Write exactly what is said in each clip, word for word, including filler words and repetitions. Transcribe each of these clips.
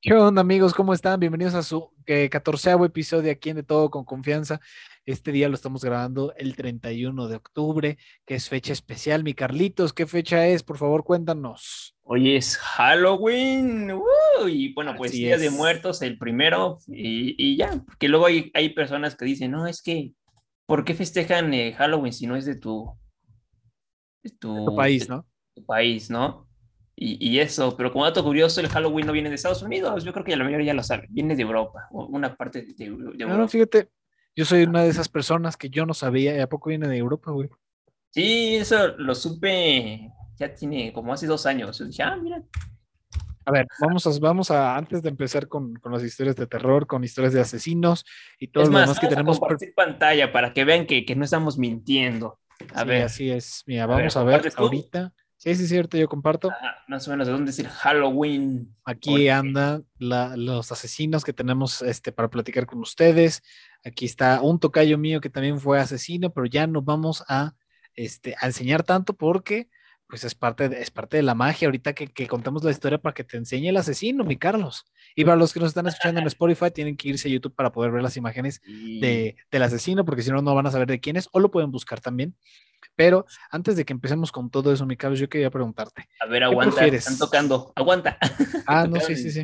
¿Qué onda, amigos? ¿Cómo están? Bienvenidos a su eh, catorceavo episodio aquí en De Todo con Confianza. Este día lo estamos grabando el treinta y uno de octubre, que es fecha especial. Mi Carlitos, ¿qué fecha es? Por favor, cuéntanos. Hoy es Halloween, ¡uh! Y bueno, pues Así Día de es. Muertos el primero y, y ya, porque luego hay, hay personas que dicen, no, es que, ¿por qué festejan eh, Halloween si no es de tu, de De tu tu, país, de ¿no? tu país, ¿no? Y, y eso, pero como dato curioso, el Halloween no viene de Estados Unidos, yo creo que la mayoría ya lo sabe, viene de Europa, o una parte de, de No, Europa. fíjate, yo soy una de esas personas que yo no sabía, ¿y a poco viene de Europa, güey? Sí, eso lo supe, ya tiene como hace dos años, yo dije, ah, mira. A ver, vamos a, vamos a, antes de empezar con, con las historias de terror, con historias de asesinos y todo Es lo más, demás que vamos a tenemos. pre- compartir pantalla para que vean que, que no estamos mintiendo. A Sí, ver. así es. Mira, A ver, vamos a ver ¿compartes tú? ahorita. Sí, sí, es cierto, yo comparto. Ajá, más o menos de dónde es el Halloween. Aquí Origen. andan la- los asesinos que tenemos este, para platicar con ustedes. Aquí está un tocayo mío que también fue asesino, pero ya no vamos a, este, a enseñar tanto porque pues es parte de, es parte de la magia ahorita que, que contamos la historia para que te enseñe el asesino, mi Carlos. Y para los que nos están escuchando en Spotify, tienen que irse a YouTube para poder ver las imágenes Y de, del asesino, porque si no, no van a saber de quién es, o lo pueden buscar también. Pero antes de que empecemos con todo eso, mi Carlos, yo quería preguntarte, a ver, ¿qué aguanta, están prefieres? tocando. Aguanta. Ah, no, sí, sí, Tocaron. sí.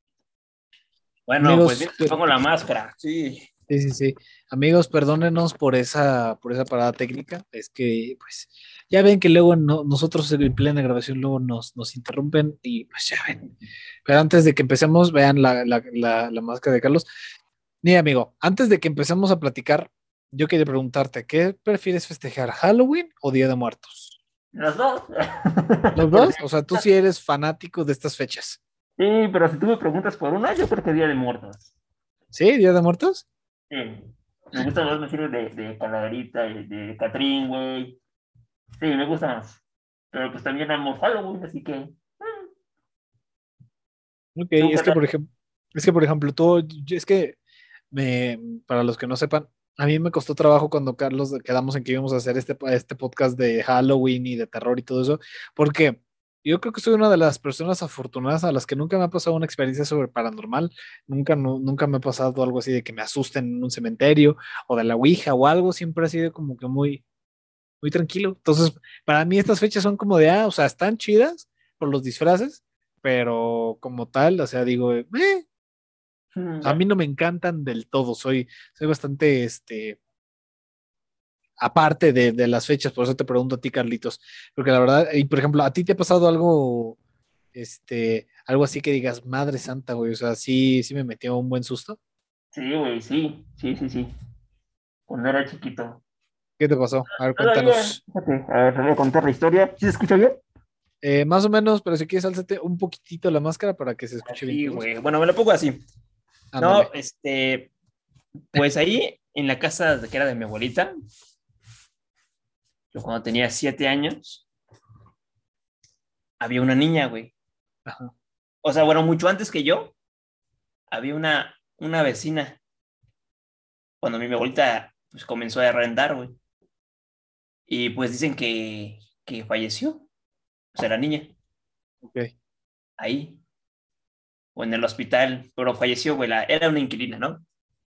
Bueno, pues Amigos, bien, te pongo la máscara. Sí. sí, sí, sí. Amigos, perdónenos por esa, por esa parada técnica. Es que, pues, ya ven que luego no- nosotros en plena grabación luego nos, nos interrumpen y pues ya ven. Pero antes de que empecemos, vean la, la, la, la máscara de Carlos. Mira, amigo, antes de que empecemos a platicar, yo quería preguntarte, ¿qué prefieres festejar, Halloween o Día de Muertos? Los dos. ¿Los Porque dos? O sea, tú sí eres fanático de estas fechas. sí, pero si tú me preguntas por una, yo creo que Día de Muertos. ¿Sí? ¿Día de Muertos? Sí. Me gusta más, me sirve de, de calaverita, de, de Catrín, güey. Sí, me gusta más. Pero pues también amo Halloween, así que. Ok, ¿Tú es qué que tal? por ejemplo, es que por ejemplo, tú, yo- es que me, para los que no sepan, a mí me costó trabajo cuando Carlos quedamos en que íbamos a hacer este, este podcast de Halloween y de terror y todo eso, porque yo creo que soy una de las personas afortunadas a las que nunca me ha pasado una experiencia sobre paranormal, nunca, nu- nunca me ha pasado algo así de que me asusten en un cementerio o de la Ouija o algo, siempre ha sido como que muy, muy tranquilo. Entonces, para mí estas fechas son como de, ah, o sea, están chidas por los disfraces, pero como tal, o sea, digo, eh, Mm, a mí ya. no me encantan del todo, soy, soy bastante, este, aparte de, de las fechas, por eso te pregunto a ti, Carlitos, porque la verdad, y por ejemplo, ¿a ti te ha pasado algo, este, algo así que digas, Madre Santa, güey, o sea, sí, sí me metió un buen susto? Sí, güey, sí. Sí, sí, sí. Cuando era chiquito. ¿Qué te pasó? A ver, Todavía, cuéntanos. fíjate, a ver, te voy a contar la historia. ¿Sí se escucha bien? Eh, más o menos, pero si quieres, álzate un poquitito la máscara para que se escuche bien Así, tu voz. güey. Bueno, me lo pongo así. No, Ándale. este, pues ahí en la casa de- que era de mi abuelita, yo cuando tenía siete años, había una niña, güey. Ajá. O sea, bueno, mucho antes que yo, había una, una vecina, cuando mi abuelita pues comenzó a arrendar, güey. Y pues dicen que, que falleció, o sea, la niña, Ok. ahí, o en el hospital, pero falleció, güey, la, era una inquilina, ¿no?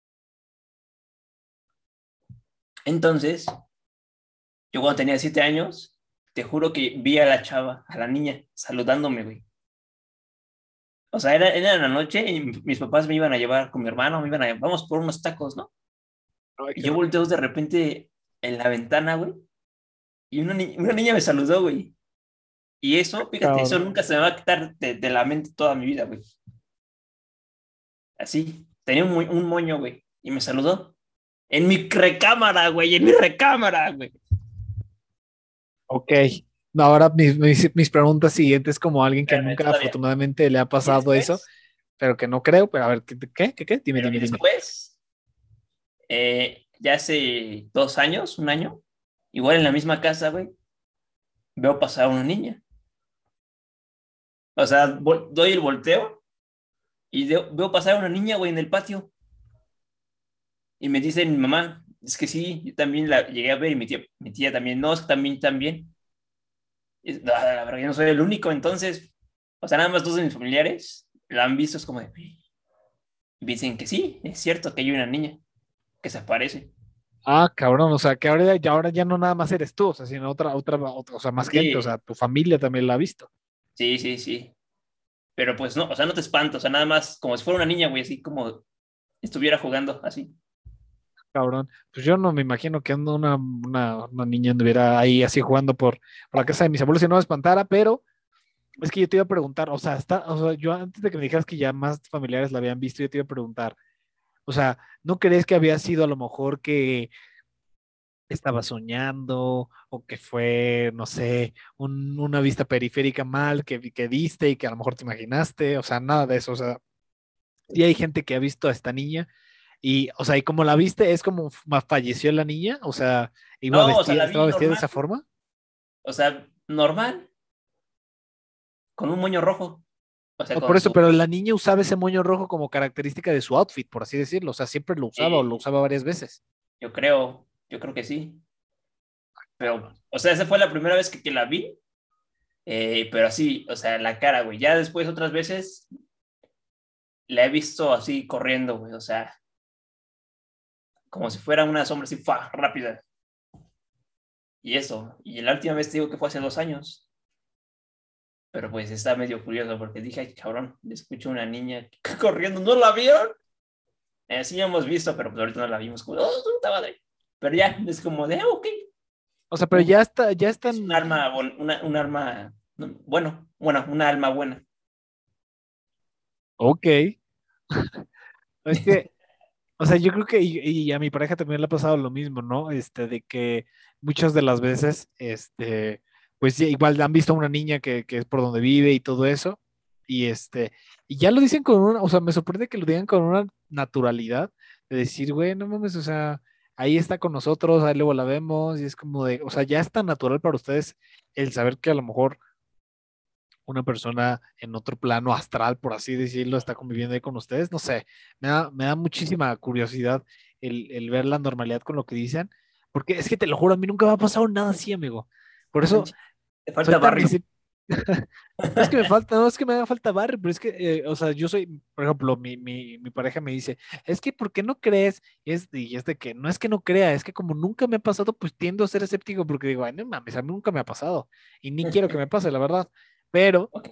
Entonces, yo cuando tenía siete años, te juro que vi a la chava, a la niña, saludándome, güey. O sea, era, era en la noche y mis papás me iban a llevar con mi hermano, me iban a vamos por unos tacos, ¿no? Ay, Y qué yo rico. volteo de repente en la ventana, güey, y una, ni- una niña me saludó, güey. Y eso, fíjate, eso Cabrón. nunca se me va a quitar de, de la mente toda mi vida, güey. Así, tenía un, mo- un moño, güey, y me saludó. En mi recámara, güey, en mi recámara, güey. Ok. No, ahora mis, mis, mis preguntas siguientes como alguien que Espérame, nunca todavía. afortunadamente le ha Y pasado eso, después, pero que no creo, pero a ver, ¿qué? ¿Qué? ¿Qué? qué? Dime, pero y dime, dime. después, eh, ya hace dos años, un año, igual en la misma casa, güey, veo pasar a una niña. O sea, vol- doy el volteo y de- veo pasar a una niña, güey, en el patio. Y me dice mi mamá, es que sí, yo también la llegué a ver y mi tía, mi tía también, no, es que también, también. Es- la, la verdad, yo no soy el único, entonces, o sea, nada más dos de mis familiares. la han visto, es como de, dicen que sí, es cierto que hay una niña que se aparece. Ah, cabrón, o sea, que ahora ya, ahora ya no nada más eres tú, o sea, sino otra, otra, otra, o sea, más gente, o Sí, sea, tu familia también la ha visto. sí, sí, sí. Pero pues no, o sea, no te espanto, o sea, nada más como si fuera una niña, güey, así como estuviera jugando, así. Cabrón, pues yo no me imagino que ando una, una, una niña anduviera ahí así jugando por, por la casa de mis abuelos y no me espantara, pero es que yo te iba a preguntar, o sea, está, o sea, yo antes de que me dijeras que ya más familiares la habían visto, yo te iba a preguntar, o sea, ¿no crees que había sido a lo mejor que estaba soñando o que fue, no sé, un- una vista periférica mal que, vi- que viste y que a lo mejor te imaginaste? O sea, nada de eso, o sea, sí hay gente que ha visto a esta niña y, o sea, y como la viste, es como fa- falleció la niña, o sea, iba No, o sea, vestida, la estaba vi vestida de normal, esa forma. o sea, normal, con un moño rojo, o sea, No, por con eso, su... pero la niña usaba ese moño rojo como característica de su outfit, por así decirlo, o sea, siempre lo usaba o lo eh, usaba varias veces. yo creo, yo creo que sí, pero, Cabrón. o sea, esa fue la primera vez que, que la vi, eh, pero así, o sea, la cara, güey, ya después otras veces la he visto así corriendo, güey, o sea, como si fuera una sombra así, ¡fua! Rápida, y eso, y la última vez te digo que fue hace dos años, pero pues está medio curioso porque dije, ay, cabrón, le escucho a una niña corriendo, ¿no la vieron? Eh, sí hemos visto, pero pues ahorita no la vimos, como, oh, puta madre. Pero ya, es como de, ah, ok, O sea, pero un- ya está, ya es un están, arma, bon- una, un arma, no, bueno, bueno, una alma buena. ok, es que, o sea, yo creo que, y, y a mi pareja también le ha pasado lo mismo, ¿no? Este, de que muchas de las veces, este, pues sí, igual han visto a una niña que, que es por donde vive y todo eso, y este, y ya lo dicen con una, o sea, me sorprende que lo digan con una naturalidad, de decir, güey, no mames, o sea, ahí está con nosotros, ahí luego la vemos, y es como de, o sea, ya es tan natural para ustedes el saber que a lo mejor una persona en otro plano astral, por así decirlo, está conviviendo ahí con ustedes. No sé, me da, me da muchísima curiosidad el, el ver la normalidad con lo que dicen, porque es que te lo juro, a mí nunca me ha pasado nada así, amigo. Por eso Te soy falta tan barrio. escéptico. No es que me falta, no es que me haga falta barrio, pero es que, eh, o sea, yo soy, por ejemplo, mi, mi, mi pareja me dice, es que, ¿por qué no crees? Es, y es de que, no es que no crea, es que como nunca me ha pasado, pues tiendo a ser escéptico porque digo, ay, no mames, a mí nunca me ha pasado y ni quiero que me pase, la verdad. Pero Ok.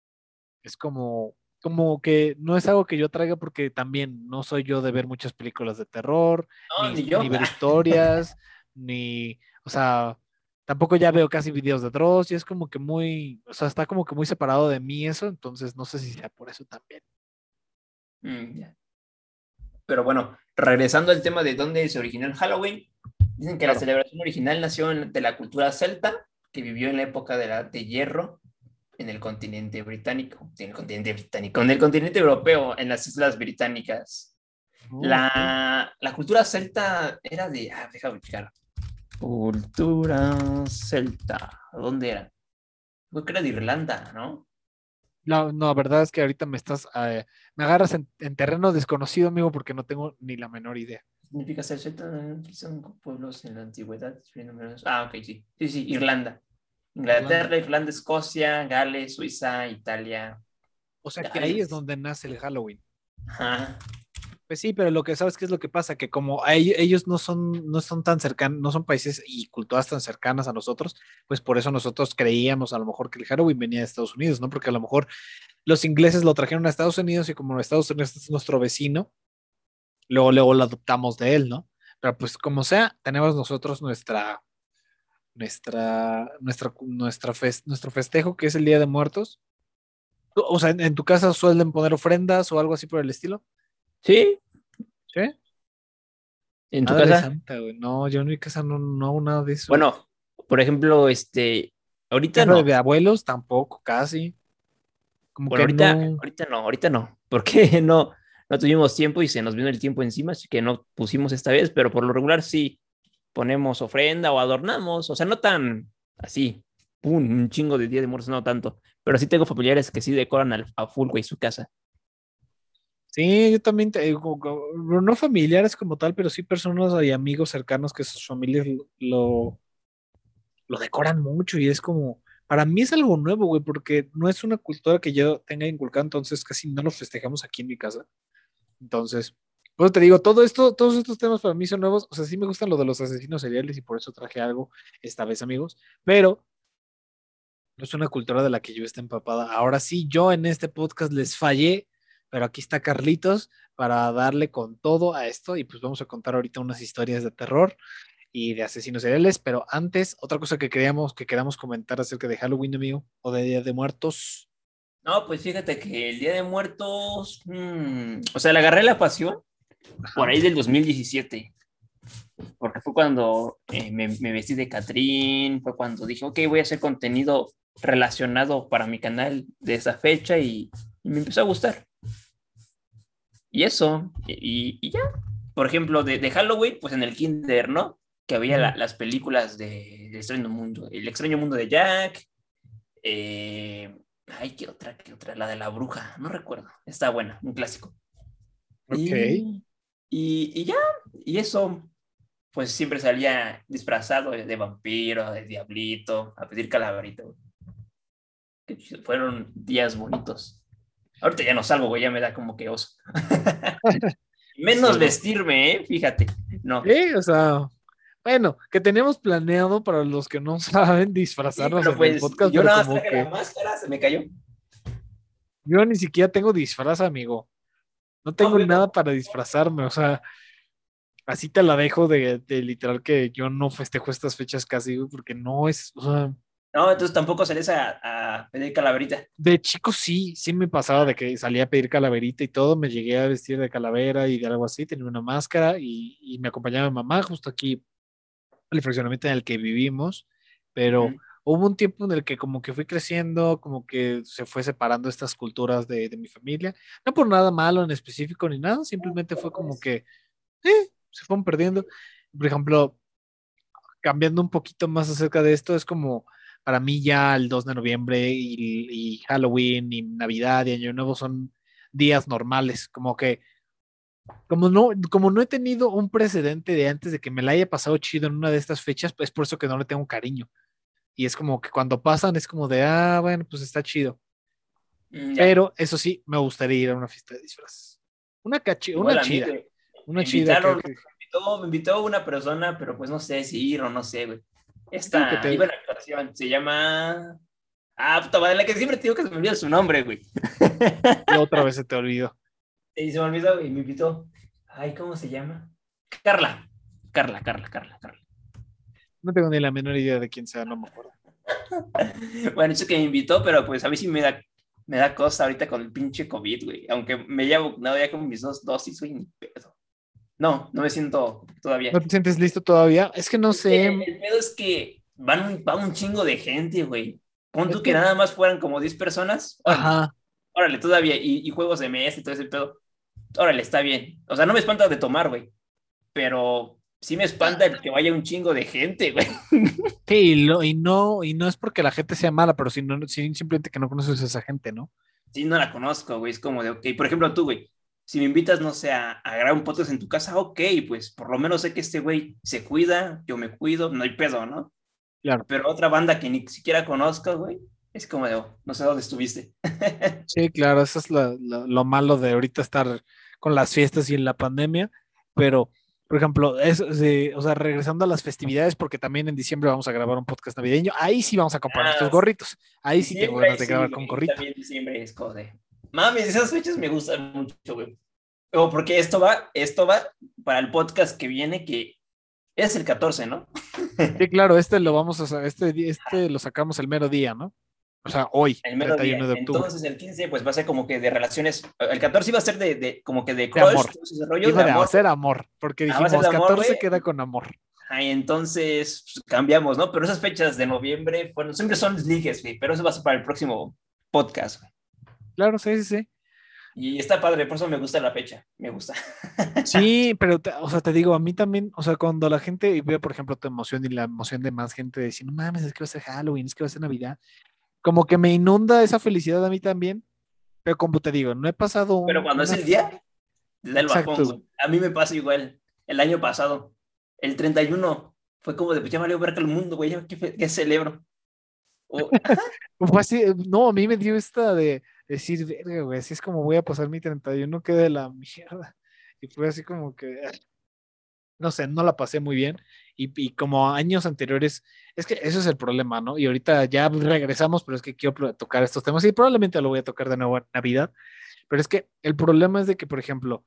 es como, como que no es algo que yo traiga porque también no soy yo de ver muchas películas de terror, No, ni, ni ni yo. ver historias, ni, o sea, tampoco ya veo casi videos de Dross y es como que muy, o sea, está como que muy separado de mí eso, entonces no sé si sea por eso también. Mm, ya. Pero bueno, regresando al tema de dónde se originó el Halloween, dicen que la Claro. celebración original nació en- de la cultura celta, que vivió en la época de la de hierro en el continente británico, en el continente británico, en el continente europeo, en las islas británicas. Oh, ok. La, la cultura celta era de, ah, déjame checar. Cultura celta, ¿dónde era? Creo que era de Irlanda, ¿no? No, no, la verdad es que ahorita me estás, eh, me agarras en, en terreno desconocido, amigo, porque no tengo ni la menor idea. Significa ser celta, son pueblos en la antigüedad. Ah, ok, sí. Sí, sí, Irlanda. Irlanda. Inglaterra, Irlanda, Escocia, Gales, Suiza, Italia, O sea que ahí es Gales. donde nace el Halloween. Ajá. Pues sí, pero lo que sabes qué es lo que pasa, que como a ell- ellos no son, no son tan cercanos, no son países y culturas tan cercanas a nosotros, pues por eso nosotros creíamos a lo mejor que el Halloween venía de Estados Unidos, ¿no? Porque a lo mejor los ingleses lo trajeron a Estados Unidos y como Estados Unidos es nuestro vecino, luego, luego lo adoptamos de él, ¿no? Pero pues como sea, tenemos nosotros nuestra, nuestra, nuestra, nuestra fes- nuestro festejo, que es el Día de Muertos. Tú- O sea, en, en tu casa suelen poner ofrendas o algo así por el estilo, Sí, ¿sí? en tu Madre casa. santa, güey. No, yo en mi casa no, no hago nada de eso. Bueno, por ejemplo, este, ahorita Casa no. de abuelos tampoco, casi. Como Bueno, que ahorita, no. ahorita no, ahorita no, porque no, no tuvimos tiempo y se nos vino el tiempo encima, así que no pusimos esta vez, pero por lo regular sí ponemos ofrenda o adornamos, o sea, no tan así, pum, un chingo de Día de Muertos, no tanto, pero sí tengo familiares que sí decoran al, a full, güey, su casa. Sí, yo también, te, digo, co- no familiares como tal, pero sí personas y amigos cercanos que sus familias lo, lo, lo decoran mucho y es como, para mí es algo nuevo, güey, porque no es una cultura que yo tenga inculcada, entonces casi no lo festejamos aquí en mi casa. Entonces, pues te digo, todo esto, todos estos temas para mí son nuevos. O sea, sí me gustan lo de los asesinos seriales y por eso traje algo esta vez, amigos, pero no es una cultura de la que yo esté empapada. Ahora sí, yo en este podcast les fallé, pero aquí está Carlitos para darle con todo a esto y pues vamos a contar ahorita unas historias de terror y de asesinos seriales, pero antes, otra cosa que queríamos, que queramos comentar acerca de Halloween, amigo, o de Día de Muertos. No, pues fíjate que el Día de Muertos, mm, o sea, le agarré la pasión por Ajá. ahí del dos mil diecisiete, porque fue cuando eh, me, me vestí de Catrín, fue cuando dije, ok, voy a hacer contenido relacionado para mi canal de esa fecha y, y me empezó a gustar. Y eso, y, y ya. Por ejemplo, de, de Halloween, pues en el Kinder, ¿no? Que había Ujú. la- las películas de, de Extraño Mundo, El Extraño Mundo de Jack, eh, ay, ¿qué otra? ¿Qué otra? La de la bruja, no recuerdo. Está buena, un clásico. Ok. Y, y, y ya, y eso, pues siempre salía disfrazado de, de vampiro, de diablito, a pedir calaverito. Qué chido, fueron días bonitos. Ahorita ya no salgo, güey, ya me da como que oso. Sí, Menos güey. vestirme, ¿eh? Fíjate. No. Sí, o sea, bueno, que teníamos planeado para los que no saben Sí, disfrazarnos pero en el pues podcast, yo pero nada más como traje la que máscara, se me cayó. yo ni siquiera tengo disfraz, amigo. No No, tengo yo nada tampoco. para disfrazarme, o sea, así te la dejo de, de literal que yo no festejo estas fechas casi, güey, porque no es, o sea, No, entonces tampoco salís a, a pedir calaverita. de chico sí, sí me pasaba de que salía a pedir calaverita y todo, me llegué a vestir de calavera y de algo así, tenía una máscara y, y me acompañaba mi mamá justo aquí el fraccionamiento en el que vivimos, pero Ujú. hubo un tiempo en el que como que fui creciendo, como que se fue separando estas culturas de, de mi familia, no por nada malo en específico ni nada, simplemente fue como que eh, se fueron perdiendo. Por ejemplo, cambiando un poquito más acerca de esto, es como para mí ya el dos de noviembre y, y Halloween y Navidad y Año Nuevo son días normales, como que como no, como no he tenido un precedente de antes de que me la haya pasado chido en una de estas fechas, pues es por eso que no le tengo cariño. Y es como que cuando pasan es como de, ah, bueno, pues está chido. Mm, ya. Pero eso sí, me gustaría ir a una fiesta de disfraces. Una, cachi una Igual a mí, chida, güey. una Me chida que, invitaron, me que invitó, me invitó una persona, pero pues no sé si ir o no sé, güey. digo que Esta, iba te, en la actuación, se llama. Ah, puta madre, la que siempre te digo que se me olvida su nombre, güey. y otra vez se te olvidó. Y se me olvidó, güey, me invitó. Ay, ¿cómo se llama? Carla. Carla, Carla, Carla, Carla. No tengo ni la menor idea de quién sea, no me acuerdo. Bueno, eso que me invitó, pero pues a mí sí me da, me da cosa ahorita con el pinche COVID, güey. Aunque me llevo, no, ya con mis dos dosis, güey, ni pedo. No, no me siento todavía. ¿No te sientes listo todavía? Es que no Es que sé, el pedo es que van un, va un chingo de gente, güey. Pon es tú que que, nada más fueran como diez personas. Órale, ajá, órale, todavía. Y, y juegos de mesa y todo ese pedo. Órale, está bien. O sea, no me espanta de tomar, güey. Pero sí me espanta el que vaya un chingo de gente, güey. sí, y, lo- y no, y no es porque la gente sea mala, pero sino, sí, simplemente que no conoces a esa gente, ¿no? Sí, no la conozco, güey. Es como de, ok. Por ejemplo, tú, güey. Si me invitas, no sé, a, a grabar un podcast en tu casa, ok, pues por lo menos sé que este güey se cuida, yo me cuido, no hay pedo, ¿no? Claro. Pero otra banda que ni siquiera conozco, güey, es como de, oh, no sé dónde estuviste. Sí, claro, eso es la- la- lo malo de ahorita estar con las fiestas y en la pandemia, pero, por ejemplo, eso, sí, o sea, regresando a las festividades, porque también en diciembre vamos a grabar un podcast navideño, ahí sí vamos a comprar nuestros Ah, gorritos, ahí sí tengo diciembre, ganas de sí, grabar con güey. gorrito. También diciembre es como de, mames, esas fechas me gustan mucho, güey. O porque esto va, esto va para el podcast que viene, que es el catorce, ¿no? Sí, claro, este lo vamos a, sa- este, di- este lo sacamos el mero día, ¿no? O sea, hoy, El mero treinta y día. uno de octubre, Entonces el quince pues va a ser como que de relaciones. El catorce iba a ser de, de como que de de crush, amor, todo ese rollo de iba de amor, hacer güey. amor, porque Ah, va a ser de dijimos amor, güey. catorce queda con amor. Ay, entonces pues, cambiamos, ¿no? Pero esas fechas de noviembre, bueno, siempre son ligues, güey, pero eso va a ser para el próximo podcast, güey. Claro, sí, sí, sí. Y está padre, por eso me gusta la fecha, me gusta. Sí, pero, te- o sea, te digo, a mí también, o sea, cuando la gente ve, por ejemplo, tu emoción y la emoción de más gente diciendo, no mames, es que va a ser Halloween, es que va a ser Navidad, como que me inunda esa felicidad a mí también, pero como te digo, no he pasado Pero un, cuando es una, el f- día, te da el bajón, exacto, güey. A mí me pasa igual. El año pasado, el treinta y uno fue como de, pues ya valió ver que el mundo, güey, ¿qué, fe- qué celebro? O, ajá, Fue así, no, a mí me dio esta de decir, verga, güey, así es como voy a pasar mi treinta y uno que de la mierda. Y fue así como que, no sé, no la pasé muy bien. Y, y como años anteriores, es que eso es el problema, ¿no? Y ahorita ya regresamos, pero es que quiero pl- tocar estos temas y probablemente lo voy a tocar de nuevo en Navidad. Pero es que el problema es de que, por ejemplo,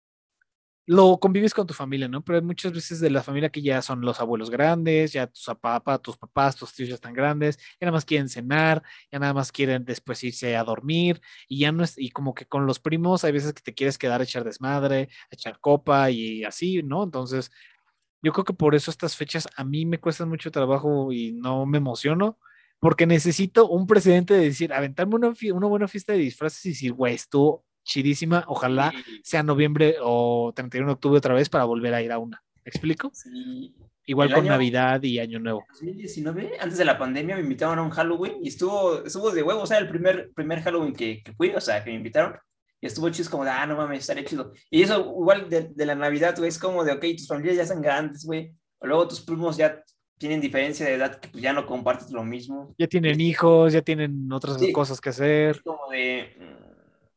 lo convives con tu familia, ¿no? Pero hay muchas veces de la familia que ya son los abuelos grandes, ya tus papás, tus papás, tus tíos ya están grandes, ya nada más quieren cenar, ya nada más quieren después irse a dormir y ya no es, y como que con los primos hay veces que te quieres quedar a echar desmadre, a echar copa y así, ¿no? Entonces, yo creo que por eso estas fechas a mí me cuestan mucho trabajo y no me emociono, porque necesito un precedente de decir, aventarme una, fie- una buena fiesta de disfraces y decir, güey, estuvo chidísima, ojalá sí, sea noviembre o treinta y uno de octubre otra vez para volver a ir a una. ¿Me explico? sí. Igual El con año Navidad y Año Nuevo. dos mil diecinueve, antes de la pandemia, me invitaron a un Halloween y estuvo, estuvo de huevo, o sea, el primer, primer Halloween que, que fui, o sea, que me invitaron. Y estuvo chido, es como de, ah, no mames, estaría chido. Y eso, igual de, de la Navidad, güey, es como de, ok, tus familias ya están grandes, güey. O luego tus primos ya tienen diferencia de edad que pues ya no compartes lo mismo. Ya Y tienen es, hijos, ya tienen otras sí, cosas que es hacer. como de, mm,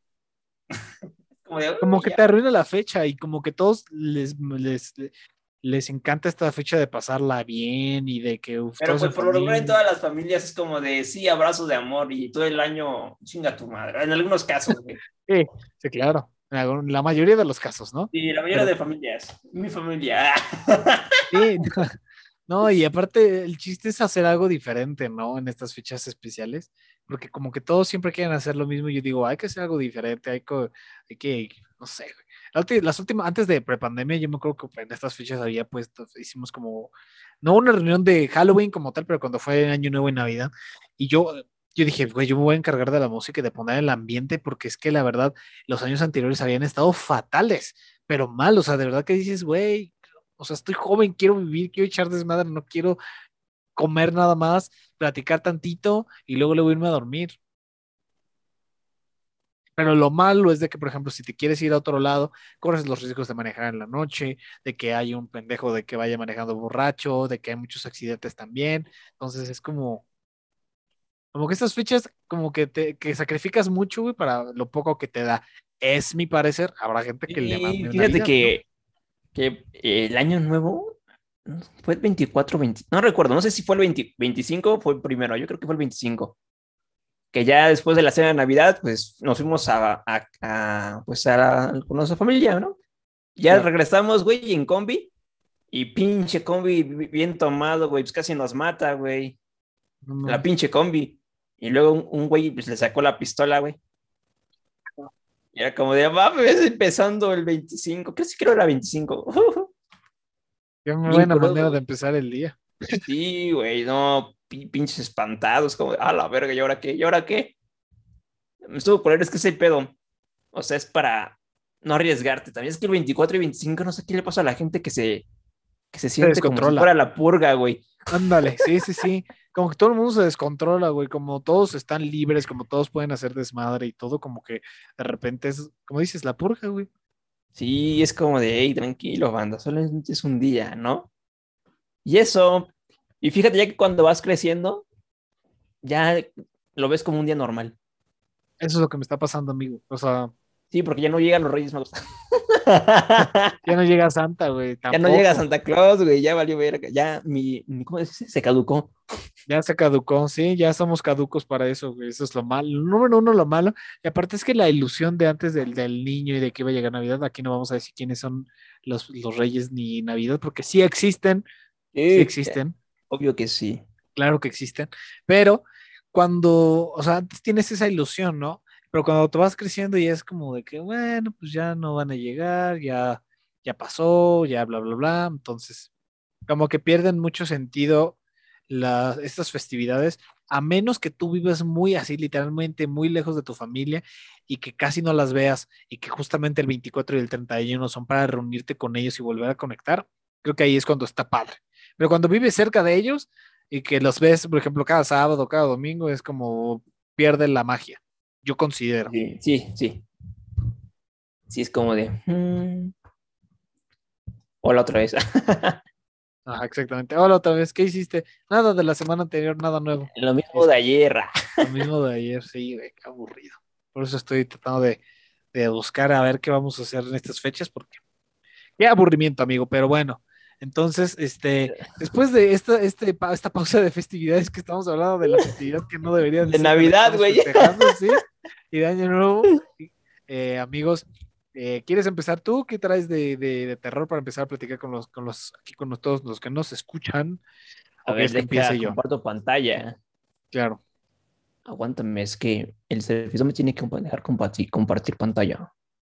como de, Como uy, que ya. te arruina la fecha y como que todos les, les, les encanta esta fecha de pasarla bien y de que uf, Pero todos pues en por lo regular en familia. todas las familias es como de, sí, abrazos de amor y todo el año, chinga tu madre. En algunos casos, güey. Sí, sí, claro. En algún- la mayoría de los casos, ¿no? Sí, la mayoría Pero de familias. Mi familia. sí, no, y aparte el chiste es hacer algo diferente, ¿no? En estas fechas especiales, porque como que todos siempre quieren hacer lo mismo, y yo digo, hay que hacer algo diferente, hay que, hay que, no sé, güey. La ulti- Las últimas, antes de prepandemia, yo me acuerdo que en estas fechas había puesto, hicimos como, no una reunión de Halloween como tal, pero cuando fue Año Nuevo y Navidad, y yo, yo dije, güey, yo me voy a encargar de la música y de poner el ambiente, porque es que la verdad, los años anteriores habían estado fatales, pero mal, o sea, de verdad que dices, güey, o sea, estoy joven, quiero vivir, quiero echar desmadre, no quiero comer nada más, platicar tantito y luego luego irme a dormir. Pero lo malo es de que, por ejemplo, si te quieres ir a otro lado, corres los riesgos de manejar en la noche, de que hay un pendejo de que vaya manejando borracho, de que hay muchos accidentes también. Entonces es como, como que estas fechas, como que te que sacrificas mucho, güey, para lo poco que te da. Es mi parecer. Habrá gente que le Y mame fíjate Navidad, ¿no? que, que el año nuevo ¿no? Fue el veinticuatro veinte, no recuerdo, no sé si fue el veinte veinticinco o fue el primero, yo creo que fue el veinticinco, que ya después de la cena de Navidad, pues nos fuimos a, a, a, pues a la, con nuestra familia, ¿no? Ya Claro. regresamos, güey, en combi, y pinche combi bien tomado, güey, pues casi nos mata, güey, No, la no. pinche combi. Y luego un, un güey pues le sacó la pistola, güey. Y era como de, mames, empezando el veinticinco, creo que sí creo que era veinticinco. Qué Bien buena crudo, manera de güey. empezar el día. Sí, güey, no, pi- pinches espantados, como de, a la verga, ¿y ahora qué? ¿Y ahora qué? Me estuvo por es que ese pedo, o sea, es para no arriesgarte. También es que el veinticuatro y veinticinco no sé qué le pasa a la gente que se, que se Se siente como si descontrola. fuera la purga, güey. Ándale, sí, sí, sí. Como que todo el mundo se descontrola, güey. Como todos están libres, como todos pueden hacer desmadre y todo, como que de repente es, como dices, la purga, güey. Sí, es como de, hey, tranquilo, banda, solo es es un día, ¿no? Y eso, y fíjate ya que cuando vas creciendo, ya lo ves como un día normal. Eso es lo que me está pasando, amigo. O sea, Sí, porque ya no llegan los Reyes Magos. ya no llega Santa, güey, Ya no llega tampoco. Santa Claus, güey, ya valió verga, ya mi, mi ¿cómo se dice? Se caducó. Ya se caducó, sí, ya somos caducos para eso, güey. Eso es lo malo. Número uno, lo malo. Y aparte es que la ilusión de antes del, del niño y de que iba a llegar Navidad, aquí no vamos a decir quiénes son los, los reyes ni Navidad, porque sí existen, sí Sí, existen. obvio que sí. Claro que existen, pero cuando, o sea, antes tienes esa ilusión, ¿no? Pero cuando te vas creciendo ya es como de que, bueno, pues ya no van a llegar, ya, ya pasó, ya bla, bla, bla. Entonces, como que pierden mucho sentido las, estas festividades, a menos que tú vivas muy así, literalmente muy lejos de tu familia y que casi no las veas y que justamente el veinticuatro y el treinta y uno son para reunirte con ellos y volver a conectar. Creo que ahí es cuando está padre. Pero cuando vives cerca de ellos y que los ves, por ejemplo, cada sábado, cada domingo, es como pierde la magia, yo considero. Sí, sí, sí. Sí, es como de. mm, Hola otra vez. Ajá, exactamente. Hola otra vez, ¿qué hiciste? Nada de la semana anterior, nada nuevo. Lo mismo Es de ayer. lo mismo de ayer, sí, güey, qué aburrido. Por eso estoy tratando de, de buscar a ver qué vamos a hacer en estas fechas, porque qué aburrimiento, amigo, pero bueno. Entonces, este, después de esta, este, pa- esta pausa de festividades que estamos hablando de la festividad que no debería de De ser de la que Navidad, estamos güey. festejando, ¿sí? Y de Año Nuevo, eh, amigos, eh, ¿quieres empezar tú? ¿Qué traes de, de- de terror para empezar a platicar con los, con los, aquí con los- todos los que nos escuchan? A ¿O ver, quieres que deja, empiece yo? comparto pantalla. Claro. Aguántame, es que el servidor me tiene que compa- dejar compartir, compartir pantalla.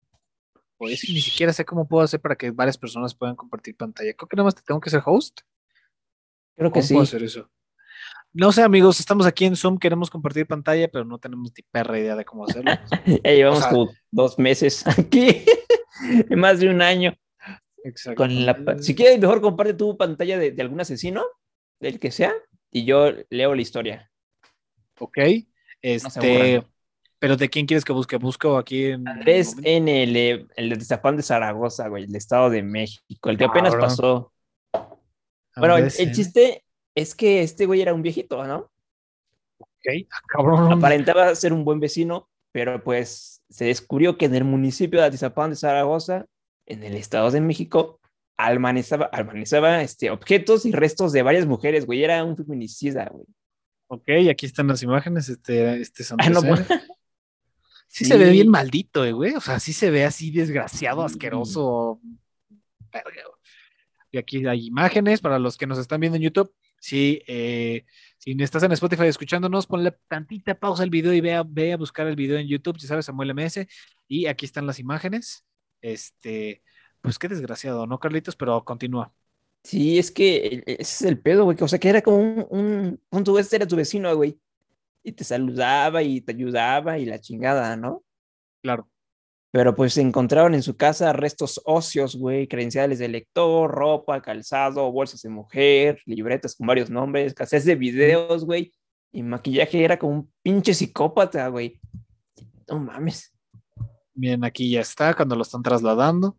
O es que ni siquiera sé cómo puedo hacer para que varias personas puedan compartir pantalla. Creo que nada más te tengo que ser host. Creo que ¿Cómo puedo sí. hacer eso? No sé, amigos, estamos aquí en Zoom, queremos compartir pantalla, pero no tenemos ni perra idea de cómo hacerlo. Ya O llevamos sea, como dos meses aquí, más de un año. exacto. Con la, pa- si quieres, mejor comparte tu pantalla de, de algún asesino, del que sea, y yo leo la historia. Ok. No se aburran. Este, pero ¿de quién quieres que busque? Busco aquí en, en el Andrés momento. N. L., el de Tizapán de Zaragoza, güey, el Estado de México, el que apenas Cabrón. pasó. Bueno, el, Andrés el N. chiste es que este güey era un viejito, ¿no? Ok. Ah, cabrón. Aparentaba ser un buen vecino, pero pues se descubrió que en el municipio de Atizapán de Zaragoza, en el Estado de México, almacenaba, almacenaba este, objetos y restos de varias mujeres, güey. Era un feminicida, güey. Ok, aquí están las imágenes. Este, este es Ah, Andrés no, pues, N. Sí se ve bien sí, maldito, eh, güey. O sea, sí se ve así desgraciado, sí. asqueroso. Verga, güey. Y aquí hay imágenes para los que nos están viendo en YouTube. Si, eh, si estás en Spotify escuchándonos, ponle tantita pausa al video y ve a, ve a buscar el video en YouTube, si sabes, Samuel M S. Y aquí están las imágenes. Este, pues qué desgraciado, ¿no, Carlitos? Pero continúa. Sí, es que e- ese es el pedo, güey. O sea, que era como un, un, un tu, este era tu vecino, güey. Y te saludaba y te ayudaba y la chingada, ¿no? Claro. Pero pues se encontraron en su casa restos óseos, güey, credenciales de lector, ropa, calzado, bolsas de mujer, libretas con varios nombres, cassettes de videos, güey, y maquillaje era como un pinche psicópata, güey. No mames. Miren, aquí ya está, cuando lo están trasladando.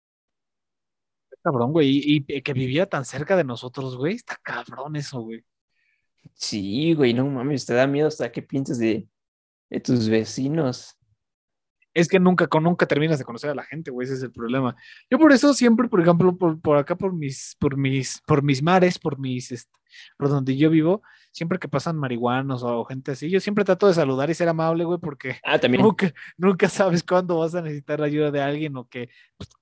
Cabrón, güey. Y, y que vivía tan cerca de nosotros, güey. Está cabrón eso, güey. Sí, güey, no mames, te da miedo hasta qué piensas de, de tus vecinos. Es que nunca, con nunca terminas de conocer a la gente, güey, ese es el problema. Yo por eso siempre, por ejemplo, por, por acá, por mis, por mis, por mis mares, por mis, este, por donde yo vivo, siempre que pasan marihuanos o gente así, yo siempre trato de saludar y ser amable, güey, porque Ah, también. nunca, nunca sabes cuándo vas a necesitar ayuda de alguien o que,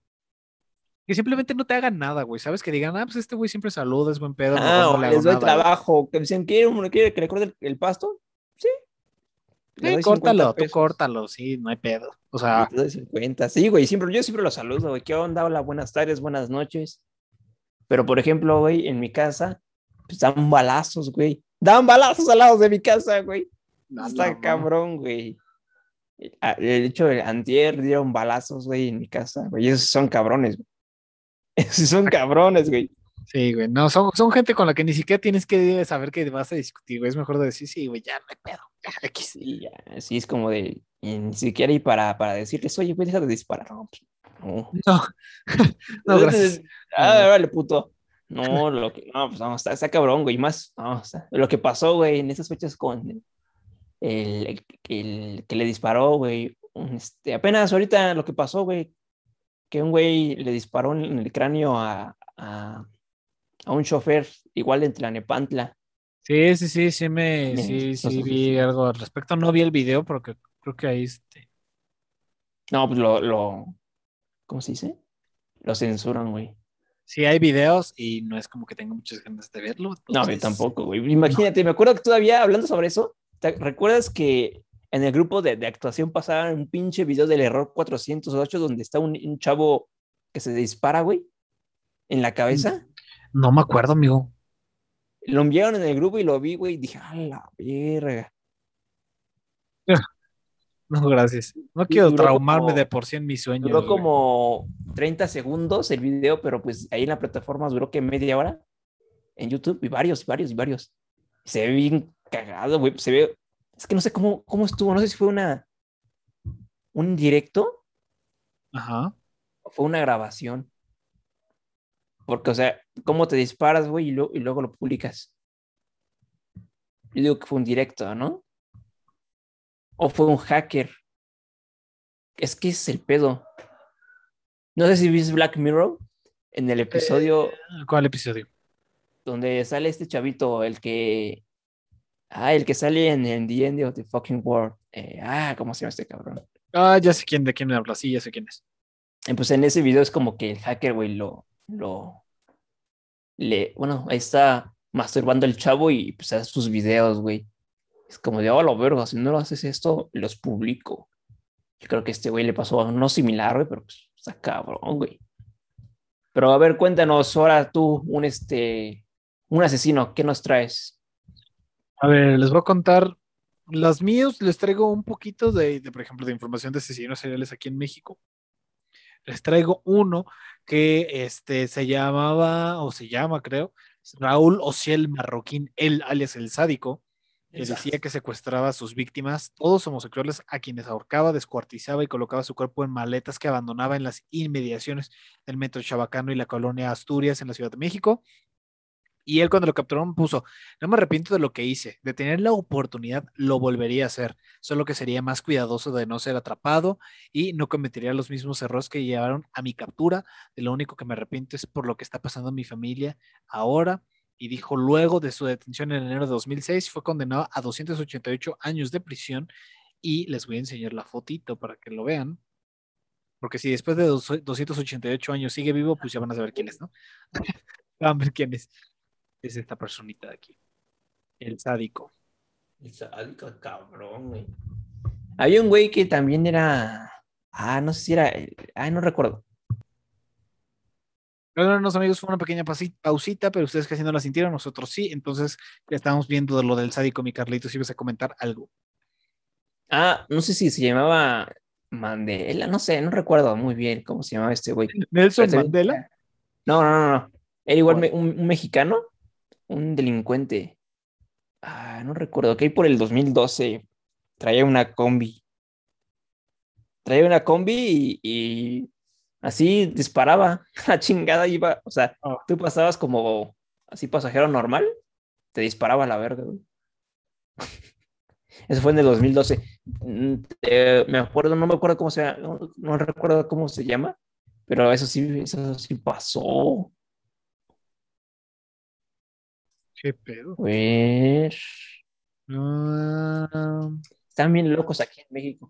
que simplemente no te hagan nada, güey, sabes que digan, ah, pues este güey siempre saluda, es buen pedo, mejor Ah, no o le hago les doy nada, güey. trabajo, que dicen, ¿quiere, uno quiere que le corte el, el pasto? Sí, le Eh, doy cincuenta córtalo, tú pesos. córtalo, sí, no hay pedo. O Y sea, te doy cincuenta. Sí, güey, siempre, yo siempre los saludo, güey. ¿Qué onda? Hola, buenas tardes, buenas noches. Pero, por ejemplo, güey, en mi casa, pues dan balazos, güey. Dan balazos al lado de mi casa, güey. a la Está ma- cabrón, güey. Ah, de hecho, el antier dieron balazos, güey, en mi casa, güey. Esos son cabrones, güey. Esos son cabrones, güey. Sí, güey, no, son, son gente con la que ni siquiera tienes que saber que vas a discutir, güey. Es mejor de decir, sí, güey, ya no hay pedo. Ya, X. Y ya, así es como de, y ni siquiera ir para, para decirles, oye, güey, deja de disparar. No, pues, no. No, no, gracias. Ah, No, vale, puto. No, lo que, no, pues no, está, está cabrón, güey. Más, no, o sea, lo que pasó, güey, en esas fechas con el, el, el que le disparó, güey. un, Este, apenas ahorita lo que pasó, güey, que un güey le disparó en el cráneo a, a, a un chofer igual de Tlanepantla. sí, sí, sí, sí me, Miren, sí, eso- sí eso- eso- vi algo al respecto. No vi el video porque creo que ahí, este, no, pues lo, lo, ¿cómo se dice? Lo censuran, güey. sí hay videos y no es como que tengo muchas ganas de verlo, No, yo entonces, tampoco, güey. no. Imagínate, me acuerdo que todavía hablando sobre eso, ¿te recuerdas que en el grupo de, de actuación pasaban un pinche video del error cuatrocientos ocho donde está un, un chavo que se dispara, güey, en la cabeza? No me acuerdo, amigo. Lo enviaron en el grupo y lo vi, güey, y dije, a la verga. No, gracias. No Du- quiero Duró traumarme de como, por sí en mis duró sueños, güey. como treinta segundos el video, pero pues ahí en la plataforma duró que media hora en YouTube y varios, varios, y varios. Se ve bien cagado, güey. Se ve, es que no sé cómo, cómo estuvo, no sé si fue una, un directo Ajá. o fue una grabación. Porque, o sea, ¿cómo te disparas, güey, y, lo- y luego lo publicas? Yo digo que fue un directo, ¿no? O fue un hacker. Es que es el pedo. No sé si viste Black Mirror en el Eh, episodio ¿Cuál episodio? donde sale este chavito, el que. Ah, el que sale en, en The End of the Fucking World. Eh, ah, ¿cómo se llama este cabrón? Ah, ya sé quién, de quién me habla, sí, ya sé quién es. Eh, pues en ese video es como que el hacker, güey, lo, lo, le, bueno, ahí está masturbando el chavo y pues hace sus videos, güey. Es como de, oh, lo verga, si no lo haces esto, los publico. Yo creo que a este güey le pasó algo no similar, güey, pero pues está cabrón, güey. Pero a ver, cuéntanos ahora tú, un este, un asesino, ¿qué nos traes? A ver, les voy a contar. Los míos les traigo un poquito de, de, por ejemplo, de información de asesinos seriales aquí en México. Les traigo uno que este, se llamaba, o se llama, creo, Raúl Ociel Marroquín, él, alias el sádico, que decía Exacto. que secuestraba a sus víctimas, todos homosexuales, a quienes ahorcaba, descuartizaba y colocaba su cuerpo en maletas que abandonaba en las inmediaciones del metro Chabacano y la colonia Asturias en la Ciudad de México. Y él cuando lo capturaron puso, no me arrepiento de lo que hice, de tener la oportunidad lo volvería a hacer, solo que sería más cuidadoso de no ser atrapado y no cometería los mismos errores que llevaron a mi captura. De lo único que me arrepiento es por lo que está pasando en mi familia ahora. Y dijo, luego de su detención en enero de dos mil seis, fue condenado a doscientos ochenta y ocho años de prisión y les voy a enseñar la fotito para que lo vean, porque si después de doscientos ochenta y ocho años sigue vivo, pues ya van a saber quién es, ¿no? Van a ver quién es. Es esta personita de aquí. El sádico. El sádico, cabrón, güey. Había un güey que también era. Ah, no sé si era. Ah, no recuerdo. Bueno, unos amigos, fue una pequeña pasi- pausita, pero ustedes casi no la sintieron, nosotros sí. Entonces, ya estamos viendo de lo del sádico, mi Carlitos, si ibas a comentar algo. Ah, no sé si se llamaba Mandela, no sé, no recuerdo muy bien cómo se llamaba este güey. Pero Nelson también Mandela. era- No, no, no, no. Era igual me- ¿Cuál? un, un mexicano, un delincuente. Ah, no recuerdo, que ahí por el dos mil doce traía una combi. Traía una combi y, y así disparaba. La chingada iba, o sea, Oh, tú pasabas como así pasajero normal, te disparaba a la verga, güey. Eso fue en el dos mil doce. Mm, eh, me acuerdo, no me acuerdo cómo se llama, no, no recuerdo cómo se llama, pero eso sí, eso sí pasó. qué pedo. Pues Ah, están bien locos aquí en México.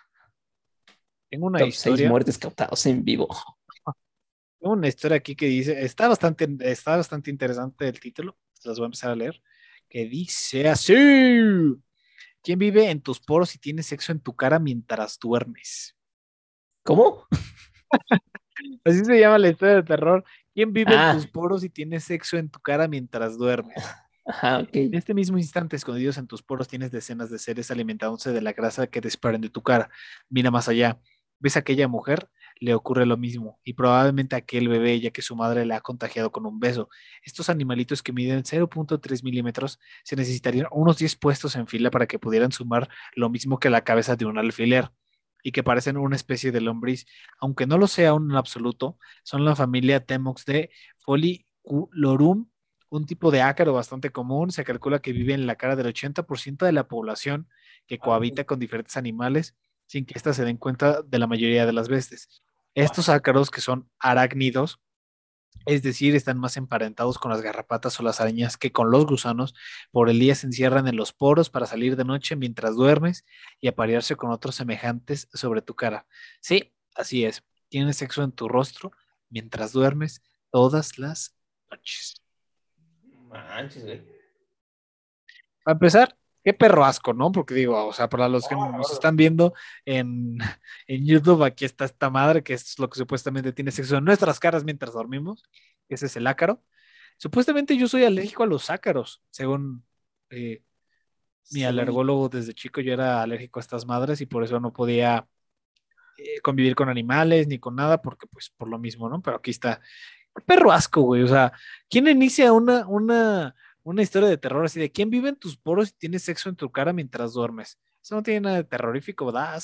tengo una Top seis historia. muertes cautados en vivo. Tengo una historia aquí que dice, está bastante, está bastante interesante el título. Las voy a empezar a leer. Que dice así. ¿Quién vive en tus poros y tiene sexo en tu cara mientras duermes? ¿Cómo? Así se llama la historia de terror. ¿Quién vive en Ah, tus poros y tiene sexo en tu cara mientras duermes? ajá, ok. En este mismo instante, escondidos en tus poros, tienes decenas de seres alimentándose de la grasa que desprenden de tu cara. Mira más allá. ¿Ves a aquella mujer? Le ocurre lo mismo, y probablemente a aquel bebé, ya que su madre le ha contagiado con un beso. Estos animalitos que miden cero punto tres milímetros se necesitarían unos diez puestos en fila para que pudieran sumar lo mismo que la cabeza de un alfiler, y que parecen una especie de lombriz, aunque no lo sea aún en absoluto, son la familia Temox de Folliculorum, un tipo de ácaro bastante común. Se calcula que vive en la cara del ochenta por ciento de la población que cohabita con diferentes animales sin que éstas se den cuenta de la mayoría de las veces. Estos ácaros, que son arácnidos, es decir, están más emparentados con las garrapatas o las arañas que con los gusanos, por el día se encierran en los poros para salir de noche mientras duermes y aparearse con otros semejantes sobre tu cara. Sí, así es. Tienes sexo en tu rostro mientras duermes todas las noches. Manches, güey. Para empezar, qué perro asco, ¿no? Porque digo, o sea, para los que Gordo, nos gordo. están viendo en, en YouTube, aquí está esta madre, que es lo que supuestamente tiene sexo en nuestras caras mientras dormimos. Ese es el ácaro. Supuestamente yo soy alérgico a los ácaros, según eh, mi Según yo. alergólogo desde chico, yo era alérgico a estas madres y por eso no podía eh, convivir con animales ni con nada, porque pues por lo mismo, ¿no? Pero aquí está. Qué perro asco, güey. O sea, ¿quién inicia una, una, una historia de terror así de quién vive en tus poros y tiene sexo en tu cara mientras duermes? Eso no tiene nada de terrorífico, da asco.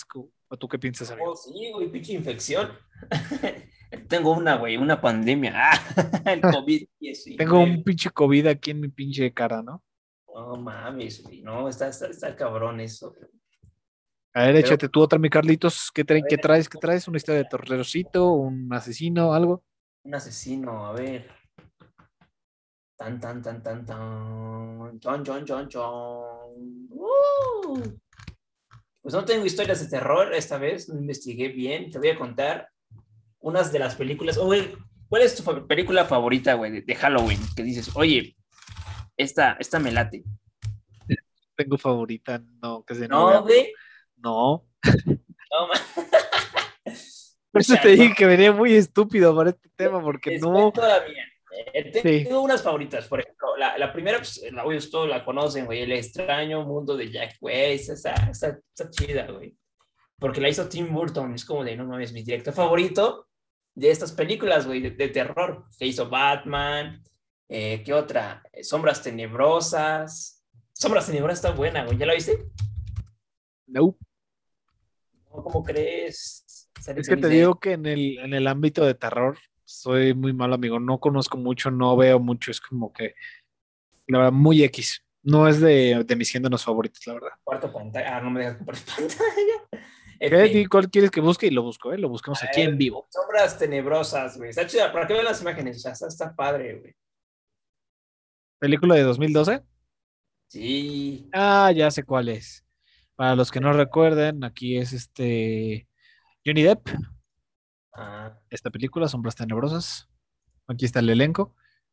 ¿O tú qué piensas, Oh, amigo? sí, güey, pinche infección. Tengo una, güey, una pandemia. Ah, el covid Tengo un diecinueve. pinche COVID aquí en mi pinche cara, ¿no? No mames, güey. No, está, está, está cabrón eso. A ver, Pero, échate tú otra, mi Carlitos. ¿Qué, a tra- qué ver, traes? ¿Qué traes? ¿Una historia de torcerocito? ¿Un asesino? ¿Algo? un asesino, a ver. Tan, tan, tan, tan, tan. Chon, chon, chon, chon. Uh. Pues no tengo historias de terror esta vez, no investigué bien. Te voy a contar unas de las películas. Oh, güey, ¿cuál es tu fa- película favorita, güey, de, de Halloween? Que dices, oye, esta, esta me late. Tengo favorita, no, casi no veo, No, amigo. güey. No. No, ma- Por eso te Chale, dije no. que venía muy estúpido para este tema, porque Les no. cuento la mía. Eh, Sí. tengo unas favoritas, por ejemplo, la, la primera, pues, la, obvio, todos la conocen, güey, El extraño mundo de Jack, güey, esa está, está, está chida, güey, porque la hizo Tim Burton, es como de, no mames, mi director favorito de estas películas, güey, de, de terror, que hizo Batman, eh, ¿qué otra? Eh, Sombras Tenebrosas, Sombras Tenebrosas está buena, güey, ¿ya la viste? No. No, ¿cómo crees? Sale Es que Johnny te Depp. digo que en el, en el ámbito de terror soy muy malo, amigo. No conozco mucho, no veo mucho. Es como que, la verdad, muy X. No es de, de mis géneros favoritos, la verdad. Cuarto pantalla, ah, no me dejas compartir pantalla. ¿Qué? Di F. cuál quieres que busque y lo busco, ¿eh? Lo buscamos aquí en vivo. Sombras tenebrosas, güey. Está chida, para que vean las imágenes. O sea, está, está padre, güey. Película de dos mil doce. Sí. Ah, ya sé cuál es. Para los que no recuerden, aquí es este Johnny Depp. Ah, Esta película, Sombras Tenebrosas. Aquí está el elenco.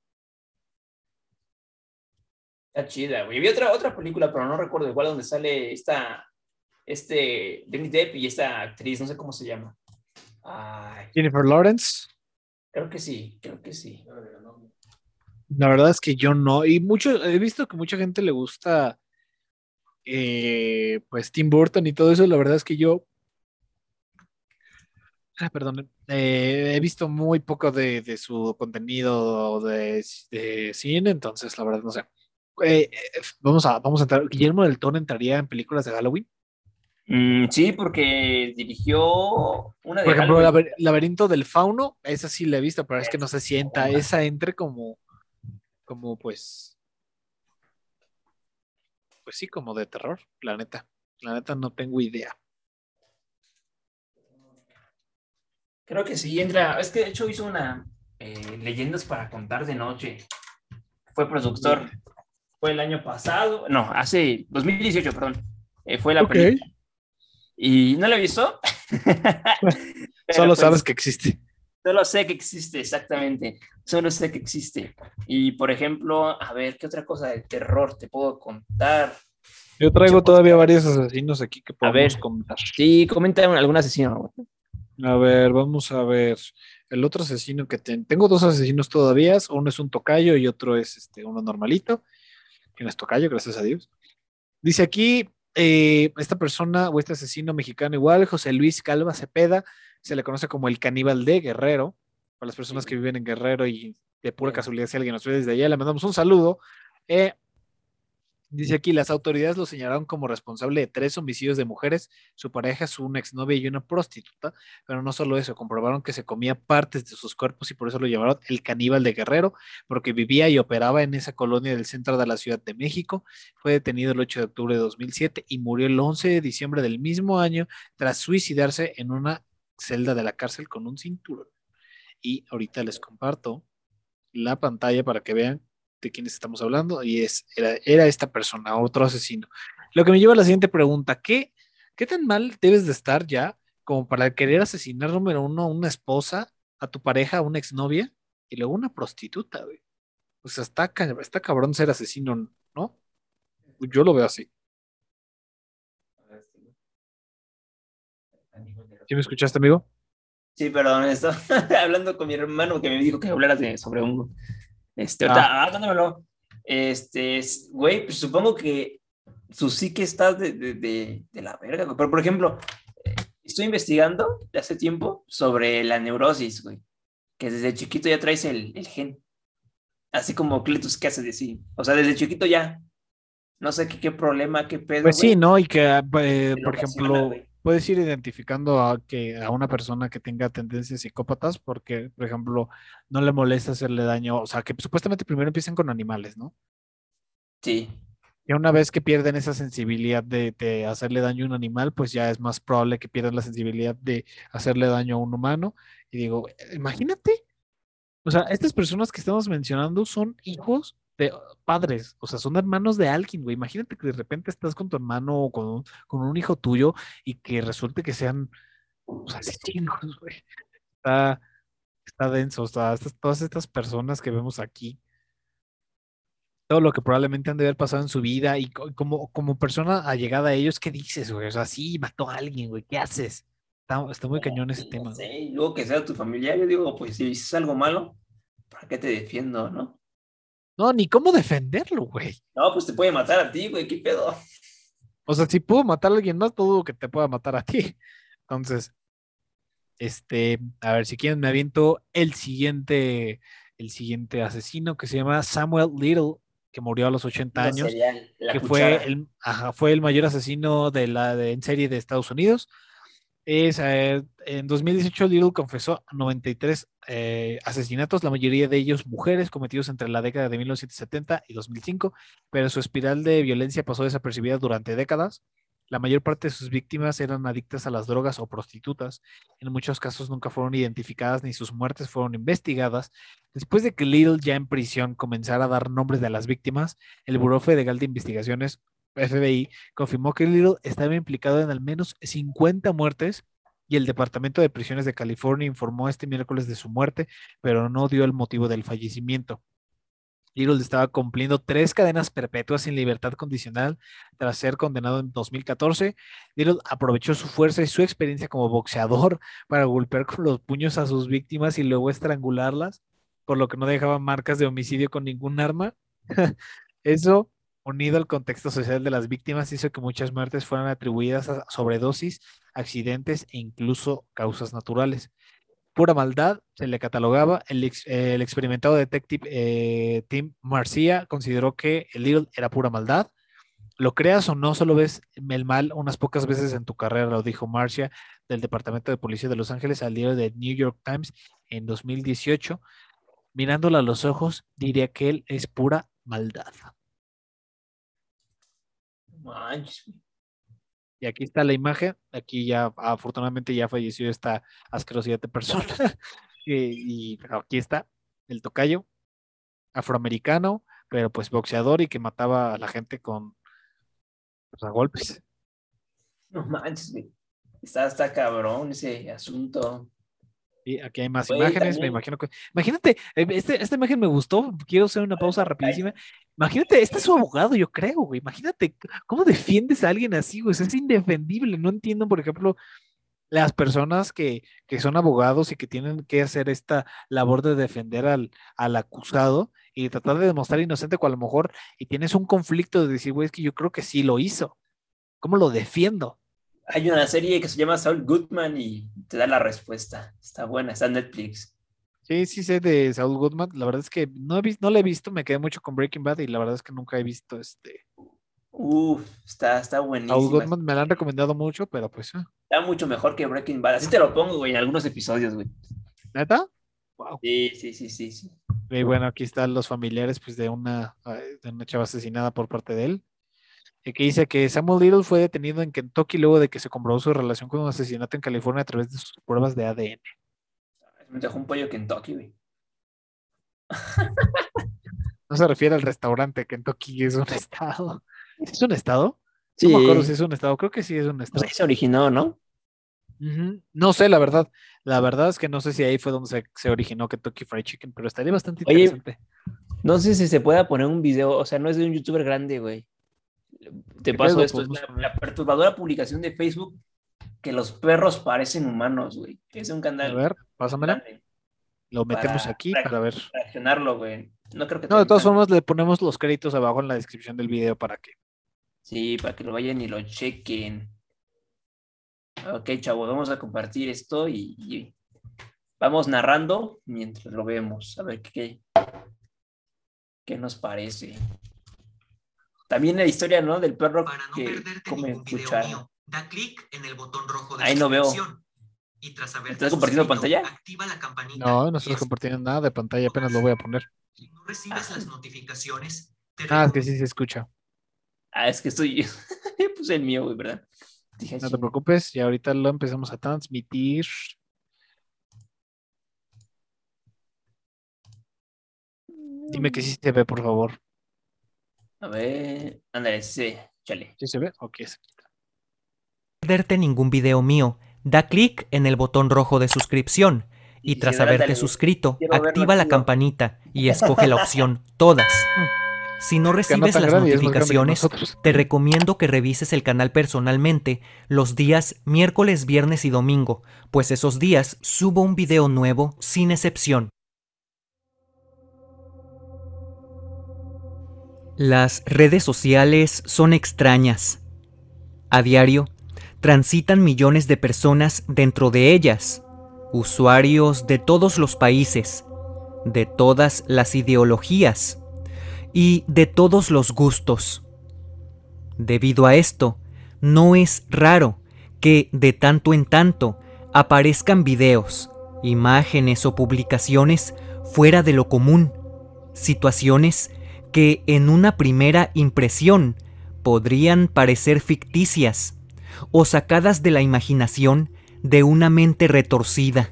está chida, güey. Vi otra, otra película, pero no recuerdo igual donde sale esta, este, Johnny Depp y esta actriz, no sé cómo se llama. Ay, Jennifer Lawrence. creo que sí, creo que sí. La verdad es que yo no. Y mucho, he visto que mucha gente le gusta, eh, pues, Tim Burton y todo eso. La verdad es que yo, ah, perdón, eh, he visto muy poco de, de su contenido de, de cine, entonces la verdad no sé. Eh, eh, vamos a, vamos a entrar. Guillermo del Toro entraría en películas de Halloween. Mm, sí, porque dirigió una Por de ejemplo, Halloween. Laber- Laberinto del Fauno, esa sí la he visto, pero es que no sé si entra, esa entre como, como pues, pues sí, como de terror, la neta. La neta no tengo idea. Creo que sí, entra. Es que de hecho hizo una eh, Leyendas para contar de noche. Fue productor. Fue el año pasado. No, hace dos mil dieciocho, perdón. Eh, fue la Ok. película. Y no la he visto. Pero Solo sabes pues que existe. solo sé que existe, exactamente. Solo sé que existe. Y por ejemplo, a ver, ¿qué otra cosa de terror te puedo contar? Yo Pinche traigo todavía podcast. varios asesinos aquí que A podemos ver, comentar. sí, comenta algún asesino. A ver, vamos a ver. El otro asesino que ten- tengo dos asesinos todavía. Uno es un tocayo y otro es este, uno normalito. Que no es tocayo, gracias a Dios. Dice aquí, eh, esta persona o este asesino mexicano igual, José Luis Calva Cepeda, se le conoce como el caníbal de Guerrero. Para las personas que Sí, viven en Guerrero y de pura sí. casualidad, si alguien nos ve desde allá, le mandamos un saludo. Eh, Dice aquí, las autoridades lo señalaron como responsable de tres homicidios de mujeres, su pareja, su una exnovia y una prostituta, pero no solo eso, comprobaron que se comía partes de sus cuerpos y por eso lo llamaron el caníbal de Guerrero, porque vivía y operaba en esa colonia del centro de la Ciudad de México. Fue detenido el ocho de octubre de dos mil siete y murió el once de diciembre del mismo año tras suicidarse en una celda de la cárcel con un cinturón. Y ahorita les comparto la pantalla para que vean de quiénes estamos hablando y es, era, era esta persona, otro asesino. Lo que me lleva a la siguiente pregunta, ¿qué, qué tan mal debes de estar ya como para querer asesinar número uno a una esposa, a tu pareja, a una exnovia y luego una prostituta, güey? O sea, está, ca- está cabrón ser asesino, ¿no? Yo lo veo así. ¿Sí me escuchaste, amigo? Sí, perdón, estaba hablando con mi hermano que me dijo que hablaras de, sobre un. Este, Ah, ahorita, ah, dándamelo. Este, es- güey, pues supongo que su psique está de, de, de, de la verga, güey. Pero, por ejemplo, estoy investigando de hace tiempo sobre la neurosis, güey. Que desde chiquito ya traes el, el gen. Así como Cletus que hace de sí. O sea, desde chiquito ya. No sé qué, qué problema, qué pedo, pues sí, güey. ¿no? Y que, eh, Te lo por ocasiona, ejemplo, güey. puedes ir identificando a, que, a una persona que tenga tendencias psicópatas porque, por ejemplo, no le molesta hacerle daño, o sea, que supuestamente primero empiezan con animales, ¿no? Sí. Y una vez que pierden esa sensibilidad de, de hacerle daño a un animal, pues ya es más probable que pierdan la sensibilidad de hacerle daño a un humano. Y digo, imagínate, o sea, estas personas que estamos mencionando son hijos de uh, padres, o sea, son hermanos de alguien, güey. Imagínate que de repente estás con tu hermano o con, un- con un hijo tuyo y que resulte que sean, o sea, asesinos, güey. Está, está denso, o sea, estas- todas estas personas que vemos aquí, todo lo que probablemente han de haber pasado en su vida y co- como, como persona allegada a ellos, ¿qué dices, güey? O sea, sí, mató a alguien, güey, ¿qué haces? Está, está muy cañón ese Sí, no tema, sé, güey. y luego que sea tu familiar, yo digo, pues si dices algo malo, ¿para qué te defiendo, no? No, ni cómo defenderlo, güey. No, pues te puede matar a ti, güey, qué pedo. O sea, si puedo matar a alguien más, todo que te pueda matar a ti. Entonces, este, a ver, si quieren, me aviento el siguiente, el siguiente asesino que se llama Samuel Little, que murió a los ochenta No años, cereal, la que fue cuchara. el, ajá, fue el mayor asesino de la, de- en serie de Estados Unidos. Es, eh, en dos mil dieciocho, Little confesó noventa y tres eh, asesinatos, la mayoría de ellos mujeres, cometidos entre la década de mil novecientos setenta y dos mil cinco, pero su espiral de violencia pasó desapercibida durante décadas. La mayor parte de sus víctimas eran adictas a las drogas o prostitutas. En muchos casos nunca fueron identificadas ni sus muertes fueron investigadas. Después de que Little, ya en prisión, comenzara a dar nombres de las víctimas, el Buró Federal de Investigaciones, F B I, confirmó que Little estaba implicado en al menos cincuenta muertes y el Departamento de Prisiones de California informó este miércoles de su muerte, pero no dio el motivo del fallecimiento. Little estaba cumpliendo tres cadenas perpetuas sin libertad condicional tras ser condenado en dos mil catorce. Little aprovechó su fuerza y su experiencia como boxeador para golpear con los puños a sus víctimas y luego estrangularlas, por lo que no dejaba marcas de homicidio con ningún arma. Eso, unido al contexto social de las víctimas, hizo que muchas muertes fueran atribuidas a sobredosis, accidentes e incluso causas naturales. Pura maldad se le catalogaba. El, ex- eh, el experimentado detective eh, Tim Marcia consideró que el Little era pura maldad. Lo creas o no, solo ves el mal unas pocas veces en tu carrera, lo dijo Marcia del Departamento de Policía de Los Ángeles al diario de New York Times en dos mil dieciocho. Mirándolo a los ojos, diría que él es pura maldad. Manches, güey. Y aquí está la imagen. Aquí ya, afortunadamente, ya falleció esta asquerosidad de persona. y, y pero aquí está el tocayo afroamericano, pero pues boxeador y que mataba a la gente con pues, a golpes. No manches, güey. Está, está cabrón ese asunto. Y aquí hay más Güey, imágenes, me también. imagino que. Imagínate, eh, este, esta imagen me gustó. Quiero hacer una A ver, pausa ¿cómo cae? rapidísima. Imagínate, este es su abogado, yo creo, güey. Imagínate, ¿cómo defiendes a alguien así, güey? Es indefendible. No entiendo, por ejemplo, las personas que, que son abogados y que tienen que hacer esta labor de defender al, al acusado y tratar de demostrar inocente cuando a lo mejor y tienes un conflicto de decir, güey, es que yo creo que sí lo hizo. ¿Cómo lo defiendo? Hay una serie que se llama Saul Goodman y te da la respuesta. Está buena, está en Netflix. Sí, sí sé de Saul Goodman. La verdad es que no he visto, no le he visto, me quedé mucho con Breaking Bad y la verdad es que nunca he visto este Uf, está, está Saul buenísima. Goodman. Me la han recomendado mucho, pero pues, ah, Está mucho mejor que Breaking Bad. Así te lo pongo, güey, en algunos episodios, güey. ¿neta? Wow. Sí, sí, sí, sí, sí. Y bueno, aquí están los familiares pues de una, eh, de una chava asesinada por parte de él. Y que dice que Samuel Little fue detenido en Kentucky luego de que se comprobó su relación con un asesinato en California a través de sus pruebas de A D N. Me dejó un pollo Kentucky, güey. No se refiere al restaurante, Kentucky es un estado. ¿Es un estado? No me acuerdo si Sí, es un estado, creo que sí es un pues ahí estado. se originó, ¿no? Ujú. No sé, la verdad. La verdad es que no sé si ahí fue donde se, se originó Kentucky Fried Chicken, pero estaría bastante Oye, interesante. no sé si se pueda poner un video, o sea, no es de un youtuber grande, güey. Te Si quieres paso lo esto, es podemos la, poner. la perturbadora publicación de Facebook que los perros parecen humanos, güey. Es un A canal ver, pásamela. grande Lo metemos para aquí para reacc- ver. reaccionarlo, güey. No creo que No, de tenga todas tanto. formas le ponemos los créditos abajo en la descripción del video para que. Sí, para que lo vayan y lo chequen. Ok, chavo, vamos a compartir esto y, y vamos narrando mientras lo vemos. A ver qué, qué nos parece. También la historia, ¿no? Del perro Para no que perderte come ningún video cuchara. mío, Da clic en el botón rojo de Ahí no veo. suscripción. Y tras haberte ¿Estás compartiendo suscrito, pantalla? activa la campanita. No, no estoy y es- compartiendo nada de pantalla, apenas lo voy a poner. Si no recibes las notificaciones, te Ah, es que recomiendo- sí se escucha. Ah, es que estoy. Yo puse el mío, güey, ¿verdad? Dije, No te chinga. preocupes, y ahorita lo empezamos a transmitir. Dime que sí se ve, por favor. A ver. Ándale, sí, chale. ¿Sí se ve? Ok. sí. Perderte ningún video mío, da clic en el botón rojo de suscripción y Y tras si no, haberte ándale, suscrito, quiero verlo activa la chido. campanita y escoge la opción Todas. Si no Es que no recibes tan las grande y es más grande que notificaciones, nosotros. te recomiendo que revises el canal personalmente los días miércoles, viernes y domingo, pues esos días subo un video nuevo sin excepción. Las redes sociales son extrañas. A diario, transitan millones de personas dentro de ellas, usuarios de todos los países, de todas las ideologías y de todos los gustos. Debido a esto, no es raro que de tanto en tanto aparezcan videos, imágenes o publicaciones fuera de lo común, situaciones que en una primera impresión podrían parecer ficticias o sacadas de la imaginación de una mente retorcida.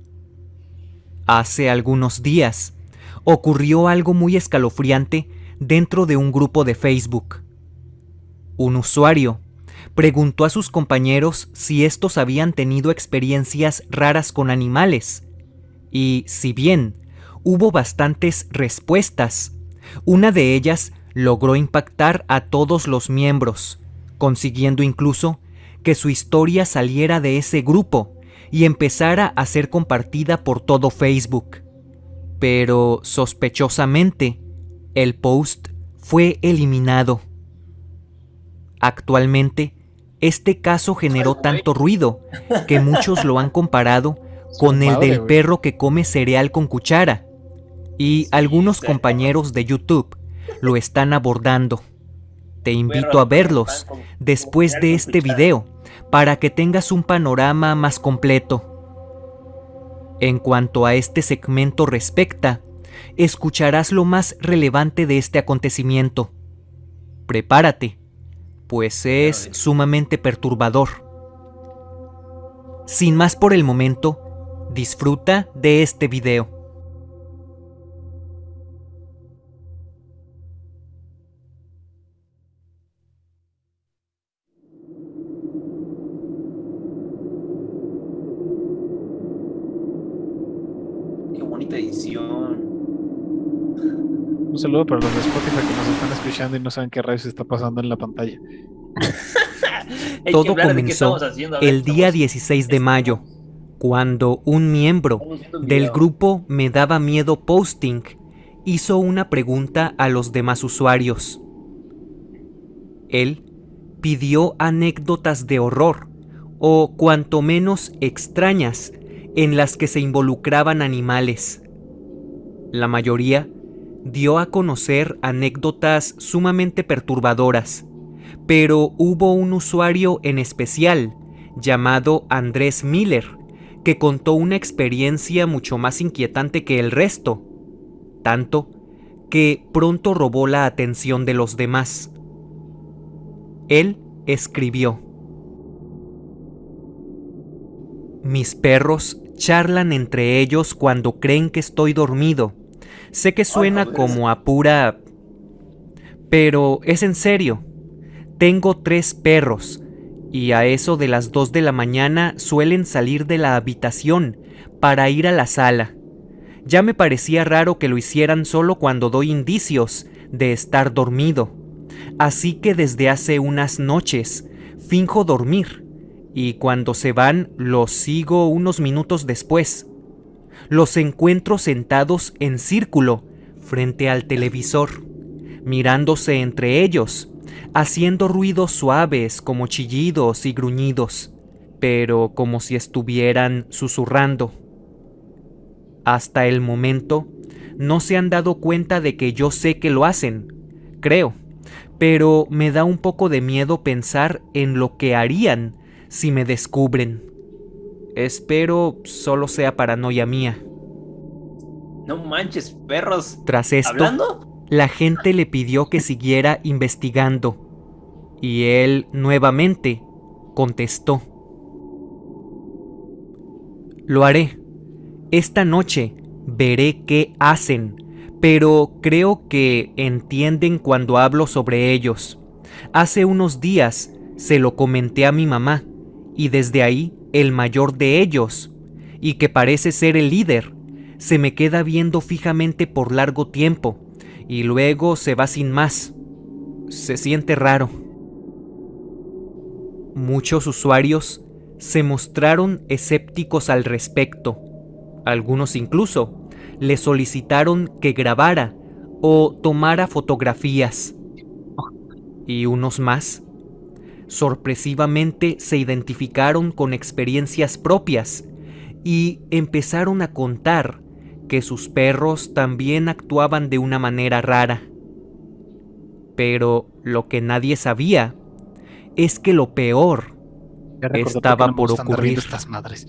Hace algunos días ocurrió algo muy escalofriante dentro de un grupo de Facebook. Un usuario preguntó a sus compañeros si estos habían tenido experiencias raras con animales, y si bien hubo bastantes respuestas, una de ellas logró impactar a todos los miembros, consiguiendo incluso que su historia saliera de ese grupo y empezara a ser compartida por todo Facebook. Pero sospechosamente, el post fue eliminado. Actualmente, este caso generó tanto ruido que muchos lo han comparado con el madre, del güey. perro que come cereal con cuchara, y Sí, algunos está compañeros de YouTube lo están abordando. Te invito Perro, a verlos pan con- después con de con este cuchara. video para que tengas un panorama más completo. En cuanto a este segmento respecta, escucharás lo más relevante de este acontecimiento. Prepárate, pues es Claro, sumamente perturbador. Sin más por el momento, disfruta de este video. qué bonita edición. Un saludo para los de Spotify que nos están escuchando y no saben qué rayos está pasando en la pantalla. Hay que Todo hablar de qué comenzó estamos haciendo. Ahora el día estamos- dieciséis de mayo, cuando un miembro estamos viendo un del video. grupo Me Daba Miedo Posting hizo una pregunta a los demás usuarios. Él pidió anécdotas de horror, o cuanto menos extrañas, en las que se involucraban animales. La mayoría dio a conocer anécdotas sumamente perturbadoras, pero hubo un usuario en especial, llamado Andrés Miller, que contó una experiencia mucho más inquietante que el resto, tanto que pronto robó la atención de los demás. Él escribió: mis perros charlan entre ellos cuando creen que estoy dormido. Sé que suena joder. como a pura... pero es en serio. Tengo tres perros, y a eso de las dos de la mañana suelen salir de la habitación para ir a la sala. Ya me parecía raro que lo hicieran solo cuando doy indicios de estar dormido. Así que desde hace unas noches finjo dormir, y cuando se van los sigo unos minutos después. Los encuentro sentados en círculo frente al televisor, mirándose entre ellos, haciendo ruidos suaves como chillidos y gruñidos, pero como si estuvieran susurrando. Hasta el momento, no se han dado cuenta de que yo sé que lo hacen, creo, pero me da un poco de miedo pensar en lo que harían si me descubren. Espero solo sea paranoia mía. No manches, perros. Tras esto, ¿Hablando? la gente le pidió que siguiera investigando, y él nuevamente contestó: lo haré. Esta noche veré qué hacen, pero creo que entienden cuando hablo sobre ellos. Hace unos días se lo comenté a mi mamá, y desde ahí el mayor de ellos, y que parece ser el líder, se me queda viendo fijamente por largo tiempo, y luego se va sin más. Se siente raro. Muchos usuarios se mostraron escépticos al respecto. Algunos incluso le solicitaron que grabara o tomara fotografías. Y unos más, sorpresivamente, se identificaron con experiencias propias y empezaron a contar que sus perros también actuaban de una manera rara. Pero lo que nadie sabía es que lo peor Ya recordé por qué estaba no me por gustan andar viendo ocurrir. estas madres.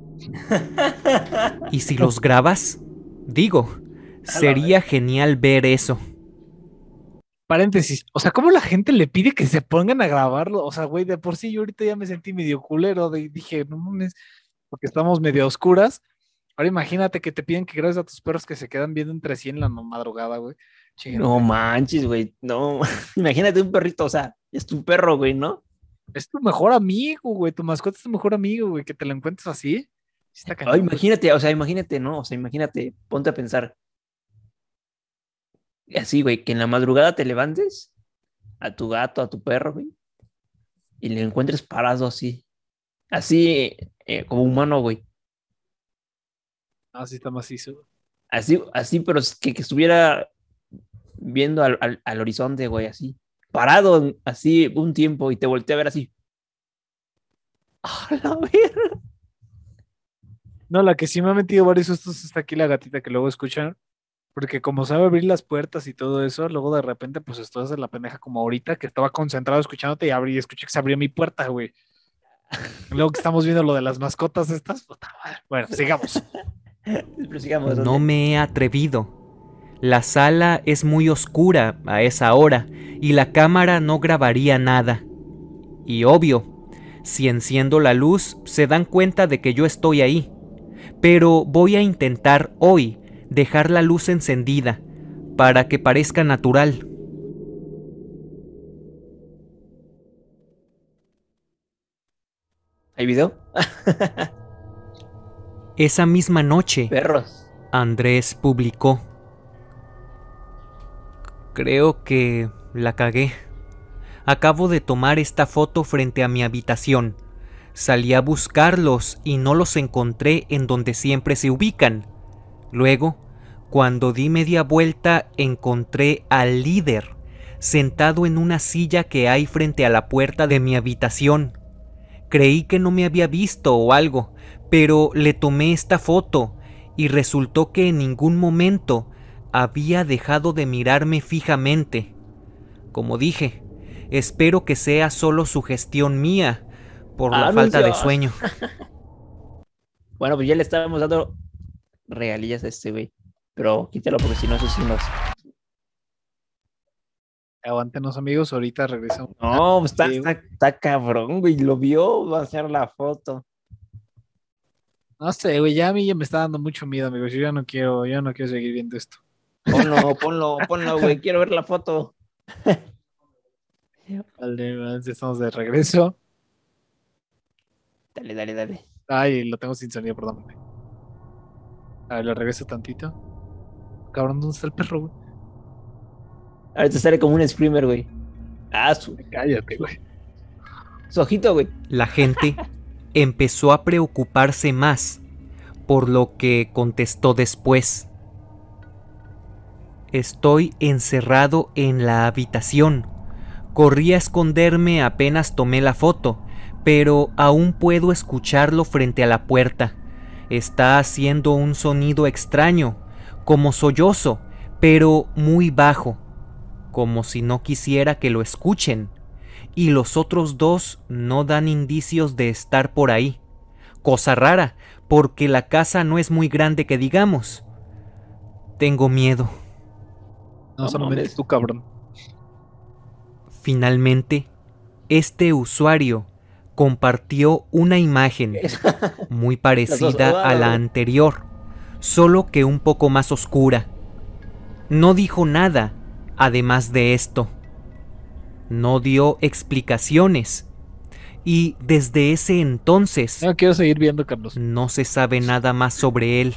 ¿Y si los grabas? Digo, sería genial ver eso. Paréntesis, o sea, ¿cómo la gente le pide que se pongan a grabarlo? O sea, güey, de por sí yo ahorita ya me sentí medio culero, de, dije, no mames, porque estamos medio a oscuras. Ahora imagínate que te piden que grabes a tus perros que se quedan viendo entre sí en la madrugada, güey. Chíngate. No manches, güey. No, imagínate un perrito, o sea, es tu perro, güey, ¿no? Es tu mejor amigo, güey, tu mascota es tu mejor amigo, güey, que te lo encuentres así. Sí está Ay, cañón, güey. imagínate, o sea, imagínate, ¿no? O sea, imagínate, ponte a pensar. Así, güey, que en la madrugada te levantes a tu gato, a tu perro, güey, y le encuentres parado así. Así, eh, como humano, güey. Ah, sí está macizo, güey. Así, así, pero es que, que estuviera viendo al, al, al horizonte, güey, así. Parado así un tiempo y te voltea a ver así. ¡A la verga! No, la que sí me ha metido varios sustos está aquí la gatita que luego escuchan, porque como sabe abrir las puertas y todo eso, luego de repente pues estoy haciendo la pendeja como ahorita que estaba concentrado escuchándote y abrí y escuché que se abrió mi puerta, güey. Luego que estamos viendo lo de las mascotas estas, puta madre. Bueno, sigamos. Pero sigamos, No ¿dónde? me he atrevido. La sala es muy oscura a esa hora y la cámara no grabaría nada. Y obvio, si enciendo la luz se dan cuenta de que yo estoy ahí. Pero voy a intentar hoy dejar la luz encendida para que parezca natural. ¿Hay video? Esa misma noche, Perros. Andrés publicó: creo que la cagué. Acabo de tomar esta foto frente a mi habitación. Salí a buscarlos y no los encontré en donde siempre se ubican. Luego, cuando di media vuelta, encontré al líder sentado en una silla que hay frente a la puerta de mi habitación. Creí que no me había visto o algo, pero le tomé esta foto y resultó que en ningún momento había dejado de mirarme fijamente. Como dije, espero que sea solo sugestión mía por la Anuncios. falta de sueño. Bueno, pues ya le estábamos dando regalías a este güey. Pero quítalo porque si no, eso sí nos. Aguántenos, amigos, ahorita regresamos. No, pues está, Sí, está, está cabrón, güey. Lo vio, va a hacer la foto. No sé, güey, ya a mí ya me está dando mucho miedo, amigos. Yo ya no quiero, ya no quiero seguir viendo esto. Ponlo, ponlo, ponlo, güey. Quiero ver la foto. Vale, ya estamos de regreso. Dale, dale, dale. Ay, lo tengo sin sonido, perdón. A ver, lo regreso tantito. Cabrón, ¿dónde está el perro, güey? Ahorita sale como un screamer, güey. Ah, su, Cállate, güey. su ojito, güey. La gente empezó a preocuparse más, por lo que contestó después: estoy encerrado en la habitación. Corrí a esconderme apenas tomé la foto, pero aún puedo escucharlo frente a la puerta. Está haciendo un sonido extraño, como sollozo, pero muy bajo. como si no quisiera que lo escuchen, y los otros dos no dan indicios de estar por ahí. Cosa rara, porque la casa no es muy grande que digamos. Tengo miedo. No, No solamente mames. tú, cabrón. Finalmente, este usuario compartió una imagen muy parecida a la anterior, solo que un poco más oscura. No dijo nada, además de esto. No dio explicaciones. Y desde ese entonces No quiero seguir viendo, Carlos. no se sabe nada más sobre él.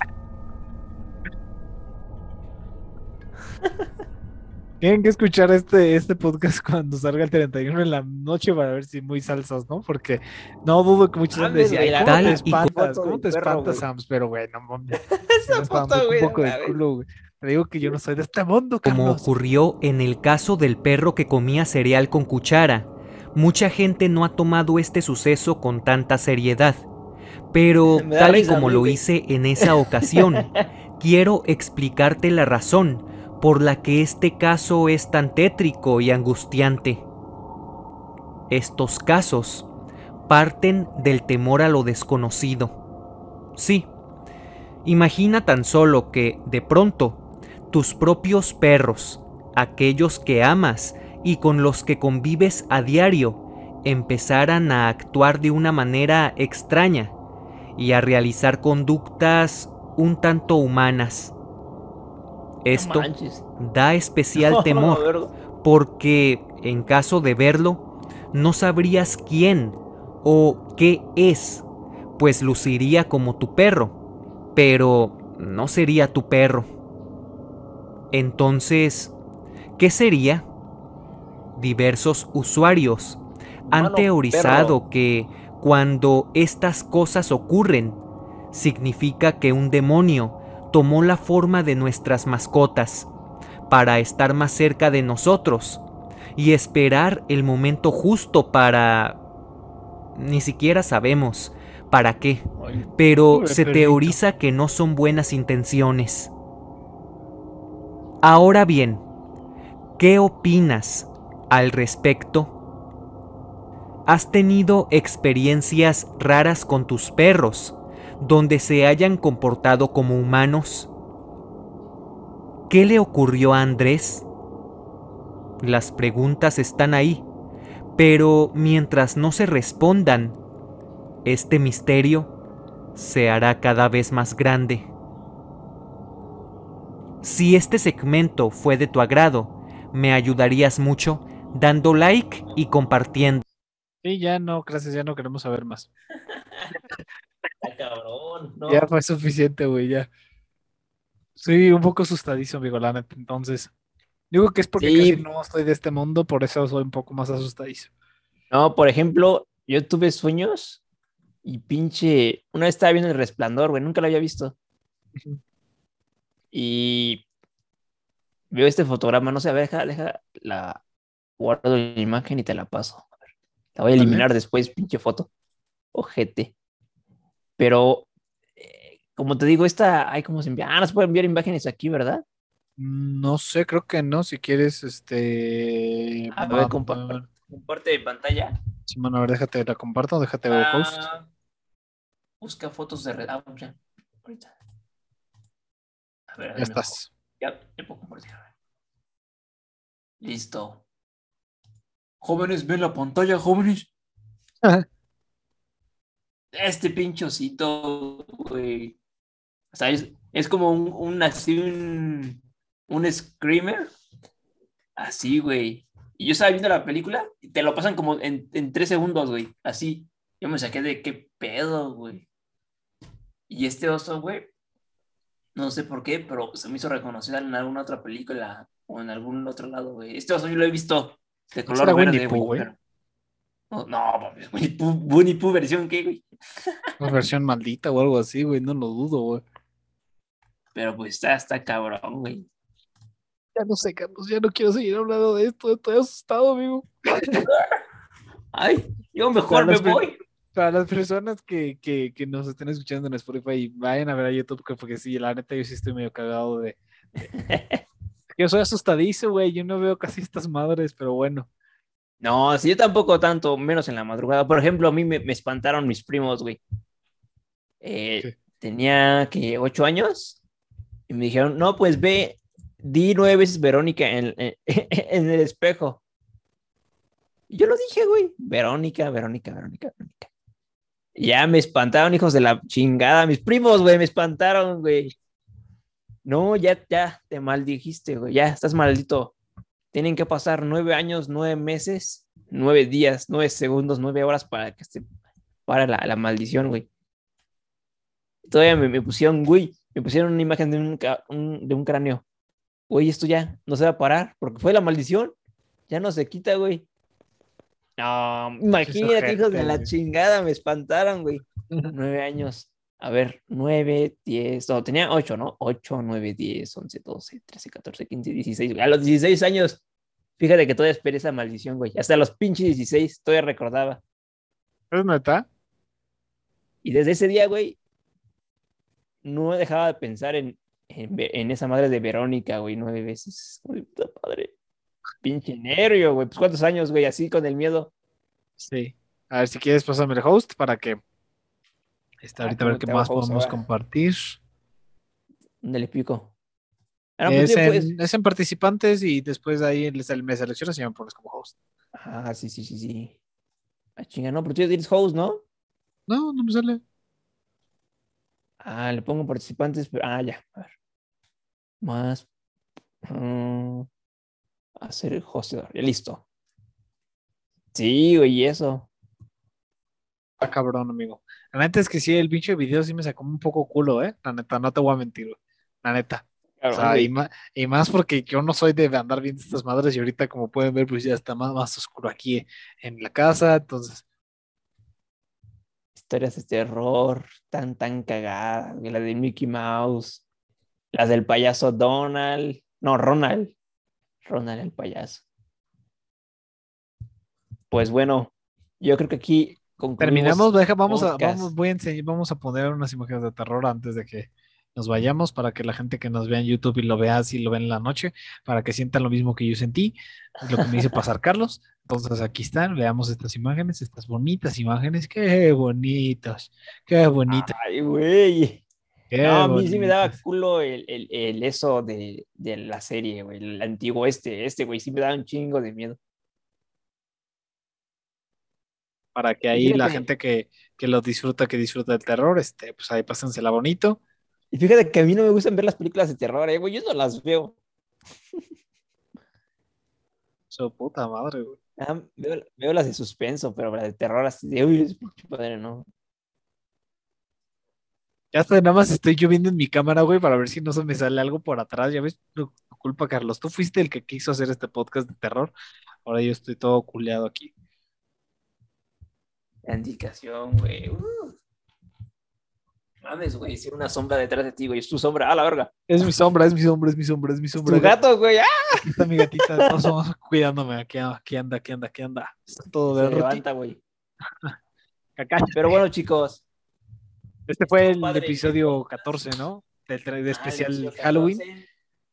Tienen que escuchar este, este podcast cuando salga el treinta y uno en la noche para ver si muy salsas, ¿no? Porque no dudo que muchos van a Mames, decir, güey, "Ay, la ¿cómo Tal te y co- espantas? foto ¿Cómo del te perro, espantas, güey. Sams?" Pero, güey, no mames. Esa Me está dando foto, un güey, no poco de mames. culo, güey. Te digo que yo no soy de este mundo, Como Carlos. ocurrió en el caso del perro que comía cereal con cuchara, mucha gente no ha tomado este suceso con tanta seriedad. Pero Me da tal y risa a como mí, lo güey. hice en esa ocasión, quiero explicarte la razón por la que este caso es tan tétrico y angustiante. Estos casos parten del temor a lo desconocido. Sí, imagina tan solo que, de pronto, tus propios perros, aquellos que amas y con los que convives a diario, empezaran a actuar de una manera extraña y a realizar conductas un tanto humanas. Esto No manches. da especial No, temor, verga. porque en caso de verlo, no sabrías quién o qué es, pues luciría como tu perro, pero no sería tu perro. Entonces, ¿qué sería? Diversos usuarios han Humano teorizado perro. que cuando estas cosas ocurren, significa que un demonio tomó la forma de nuestras mascotas para estar más cerca de nosotros y esperar el momento justo para... Ni siquiera sabemos para qué, Ay, pero pobre se perrito. teoriza que no son buenas intenciones. Ahora bien, ¿qué opinas al respecto? ¿Has tenido experiencias raras con tus perros, donde se hayan comportado como humanos? ¿Qué le ocurrió a Andrés? Las preguntas están ahí, pero mientras no se respondan, este misterio se hará cada vez más grande. Si este segmento fue de tu agrado, me ayudarías mucho dando like y compartiendo. Sí, ya no, gracias, ya no queremos saber más. Está cabrón, Ya ¿no? fue suficiente, güey, ya. Soy un poco asustadizo, amigo, la neta. Entonces, digo que es porque casi Sí, no estoy de este mundo, por eso soy un poco más asustadizo. no, por ejemplo, yo tuve sueños y pinche. Una vez estaba viendo El Resplandor, güey, nunca lo había visto. Ujú. Y veo este fotograma, no sé, a ver, deja, deja la guardo la imagen y te la paso. A ver, la voy a Vale. eliminar después, pinche foto. Ojete. Pero, eh, como te digo, esta, ay, ¿cómo se envía? Ah, no se pueden enviar imágenes aquí, ¿verdad? No sé, creo que no. Si quieres, este. A ver, comparte, Mandar. comparte pantalla. Simón, a ver, déjate, la comparto, déjate hago host. Ah, busca fotos de red. Ah, ya. Ahorita. A ver, a Ya ver, mejor. estás. Ya, ya puedo compartir. A ver. Listo. Jóvenes, ven la pantalla, jóvenes. Este pinchocito, güey. O sea, es, es como un, un así, un, un screamer. Así, güey. Y yo estaba viendo la película y te lo pasan como en, en tres segundos, güey. Así. Yo me saqué de qué pedo, güey. Y este oso, güey, no sé por qué, pero se me hizo reconocer en alguna otra película o en algún otro lado, güey. Este oso yo lo he visto de ¿No será color Winnie verde, Pooh, güey. güey? Pero... No, no, mames, Winnie Pooh, Winnie Pooh versión qué, güey. Una versión maldita o algo así, güey, no lo dudo, güey. Pero pues está, está cabrón, güey. Ya no sé, Carlos, ya no quiero seguir hablando de esto, estoy asustado, amigo. Ay, yo Para mejor me las, per- voy. para las personas que, que, que nos estén escuchando en Spotify, vayan a ver a YouTube, que- porque sí, la neta yo sí estoy medio cagado de, Yo soy asustadizo, güey. Yo no veo casi estas madres, pero bueno. No, sí, yo tampoco tanto, menos en la madrugada. Por ejemplo, a mí me, me espantaron mis primos, güey. Eh, ¿Qué? tenía que ocho años y me dijeron, no, pues ve, di nueve veces Verónica en, en, en el espejo. Y yo lo dije, güey, Verónica, Verónica, Verónica, Verónica. Y ya me espantaron, hijos de la chingada. Mis primos, güey, me espantaron, güey. No, ya, ya, te maldijiste, güey, ya, estás maldito. Tienen que pasar nueve años, nueve meses, nueve días, nueve segundos, nueve horas para que se para la, la maldición, güey. Todavía me, me pusieron, güey, me pusieron una imagen de un, un, de un cráneo. Güey, esto ya no se va a parar porque fue la maldición. Ya no se quita, güey. No, Qué imagínate, hijos de ojete, la güey. chingada, me espantaron, güey. Nueve años. A ver, nueve, diez, no, tenía ocho, ¿no? Ocho, nueve, diez, once, doce, trece, catorce, quince, dieciséis, güey. A los dieciséis años, fíjate que todavía esperé esa maldición, güey. Hasta los pinches dieciséis, todavía recordaba. ¿Es neta? Y desde ese día, güey, no dejaba de pensar en, en, en esa madre de Verónica, güey, nueve veces. Uy, puta madre. Pinche nervio, güey. Pues cuántos años, güey, así con el miedo. Sí. A ver, si quieres, pásame el host para que este, Ah, ahorita a ver ¿cómo qué te hago más host podemos ahora? compartir. ¿Dónde le pico? Ah, no, pues Es bien, pues. en, es en participantes y después de ahí les- me seleccionas y me pones como host. Ah, sí, sí, sí, sí. Ah, chinga, no, pero tú ya tienes host, ¿no? No, no me sale. Ah, le pongo participantes, pero... Ah, ya. A ver. Más. mm, hacer el hostedor. Ya listo. Sí, güey, y eso. Ah, cabrón, amigo. La neta es que sí, el pinche video sí me sacó un poco culo, ¿eh? La neta, no te voy a mentir, güey. La neta. O Cabrón, sea, y, güey. ma- y más porque yo no soy de andar viendo estas madres y ahorita, como pueden ver, pues ya está más, más oscuro aquí en la casa. Entonces, Historias de terror tan, tan cagadas. güey, La de Mickey Mouse. Las del payaso Donald. No, Ronald. Ronald el payaso. Pues bueno, yo creo que aquí terminamos, concluimos deja- el vamos a, vamos, podcast. voy a enseñar, vamos a poner unas imágenes de terror antes de que nos vayamos para que la gente que nos vea en YouTube y lo vea así, lo vea en la noche, para que sientan lo mismo que yo sentí, es lo que me hizo pasar Carlos. Entonces aquí están, veamos estas imágenes, estas bonitas imágenes, qué bonitas, qué bonitas, Ay, güey. No, qué a mí sí me daba bonitas. culo el, el, el eso de, de la serie, güey. El antiguo este, este, güey, sí me daba un chingo de miedo. Para que Y ahí la fíjate, gente que, que lo disfruta, que disfruta del terror, este, pues ahí pásensela bonito. y fíjate que a mí no me gustan ver las películas de terror, eh, güey. Yo no las veo. Su puta madre, güey. Ah, veo, veo las de suspenso, pero las de terror así de, uy, es pinche padre, no. Ya hasta nada más estoy yo viendo en mi cámara, güey, para ver si no se me sale algo por atrás. Ya ves, tu, tu culpa, Carlos. Tú fuiste el que quiso hacer este podcast de terror. Ahora yo estoy todo culeado aquí. La indicación, güey. Uh, mames, güey, si una sombra detrás de ti, güey. Es tu sombra, a la verga. Es mi sombra, es mi sombra, es mi sombra, es mi Es sombra. tu Gato. gato, güey. ¡Ah! Aquí está mi gatita. Todos somos cuidándome. Aquí, aquí anda, aquí anda, aquí anda. Está todo Se de Ruti. levanta, güey. Acá. Pero bueno, chicos, Este fue estuvo el padre el episodio podcast. catorce, ¿no? Del tra- de Ah, el especial episodio Halloween. catorce.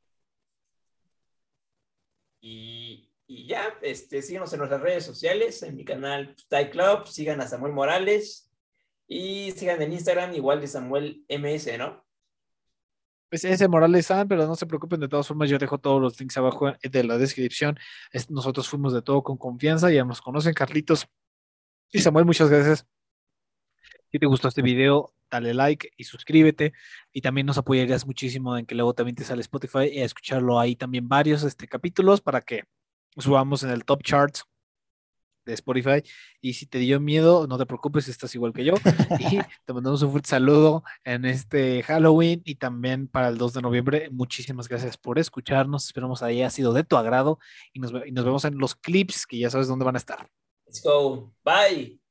Y, y ya, este, síganos en nuestras redes sociales, en mi canal Ty Club, sigan a Samuel Morales y sigan en Instagram igual de Samuel M S, ¿no? Pues ese Morales San, pero no se preocupen, de todas formas yo dejo todos los links abajo de la descripción. Es- nosotros fuimos de todo con confianza, ya nos conocen, Carlitos y Samuel, muchas gracias. Si te gustó este video, dale like y suscríbete. Y también nos apoyarías muchísimo en que luego también te sale Spotify y a escucharlo ahí también varios este, capítulos para que subamos en el top charts de Spotify. Y si te dio miedo, no te preocupes, estás igual que yo. Y te mandamos un fuerte saludo en este Halloween y también para el dos de noviembre. Muchísimas gracias por escucharnos. Esperamos haya sido de tu agrado y nos, ve- y nos vemos en los clips que ya sabes dónde van a estar. Let's go. Bye.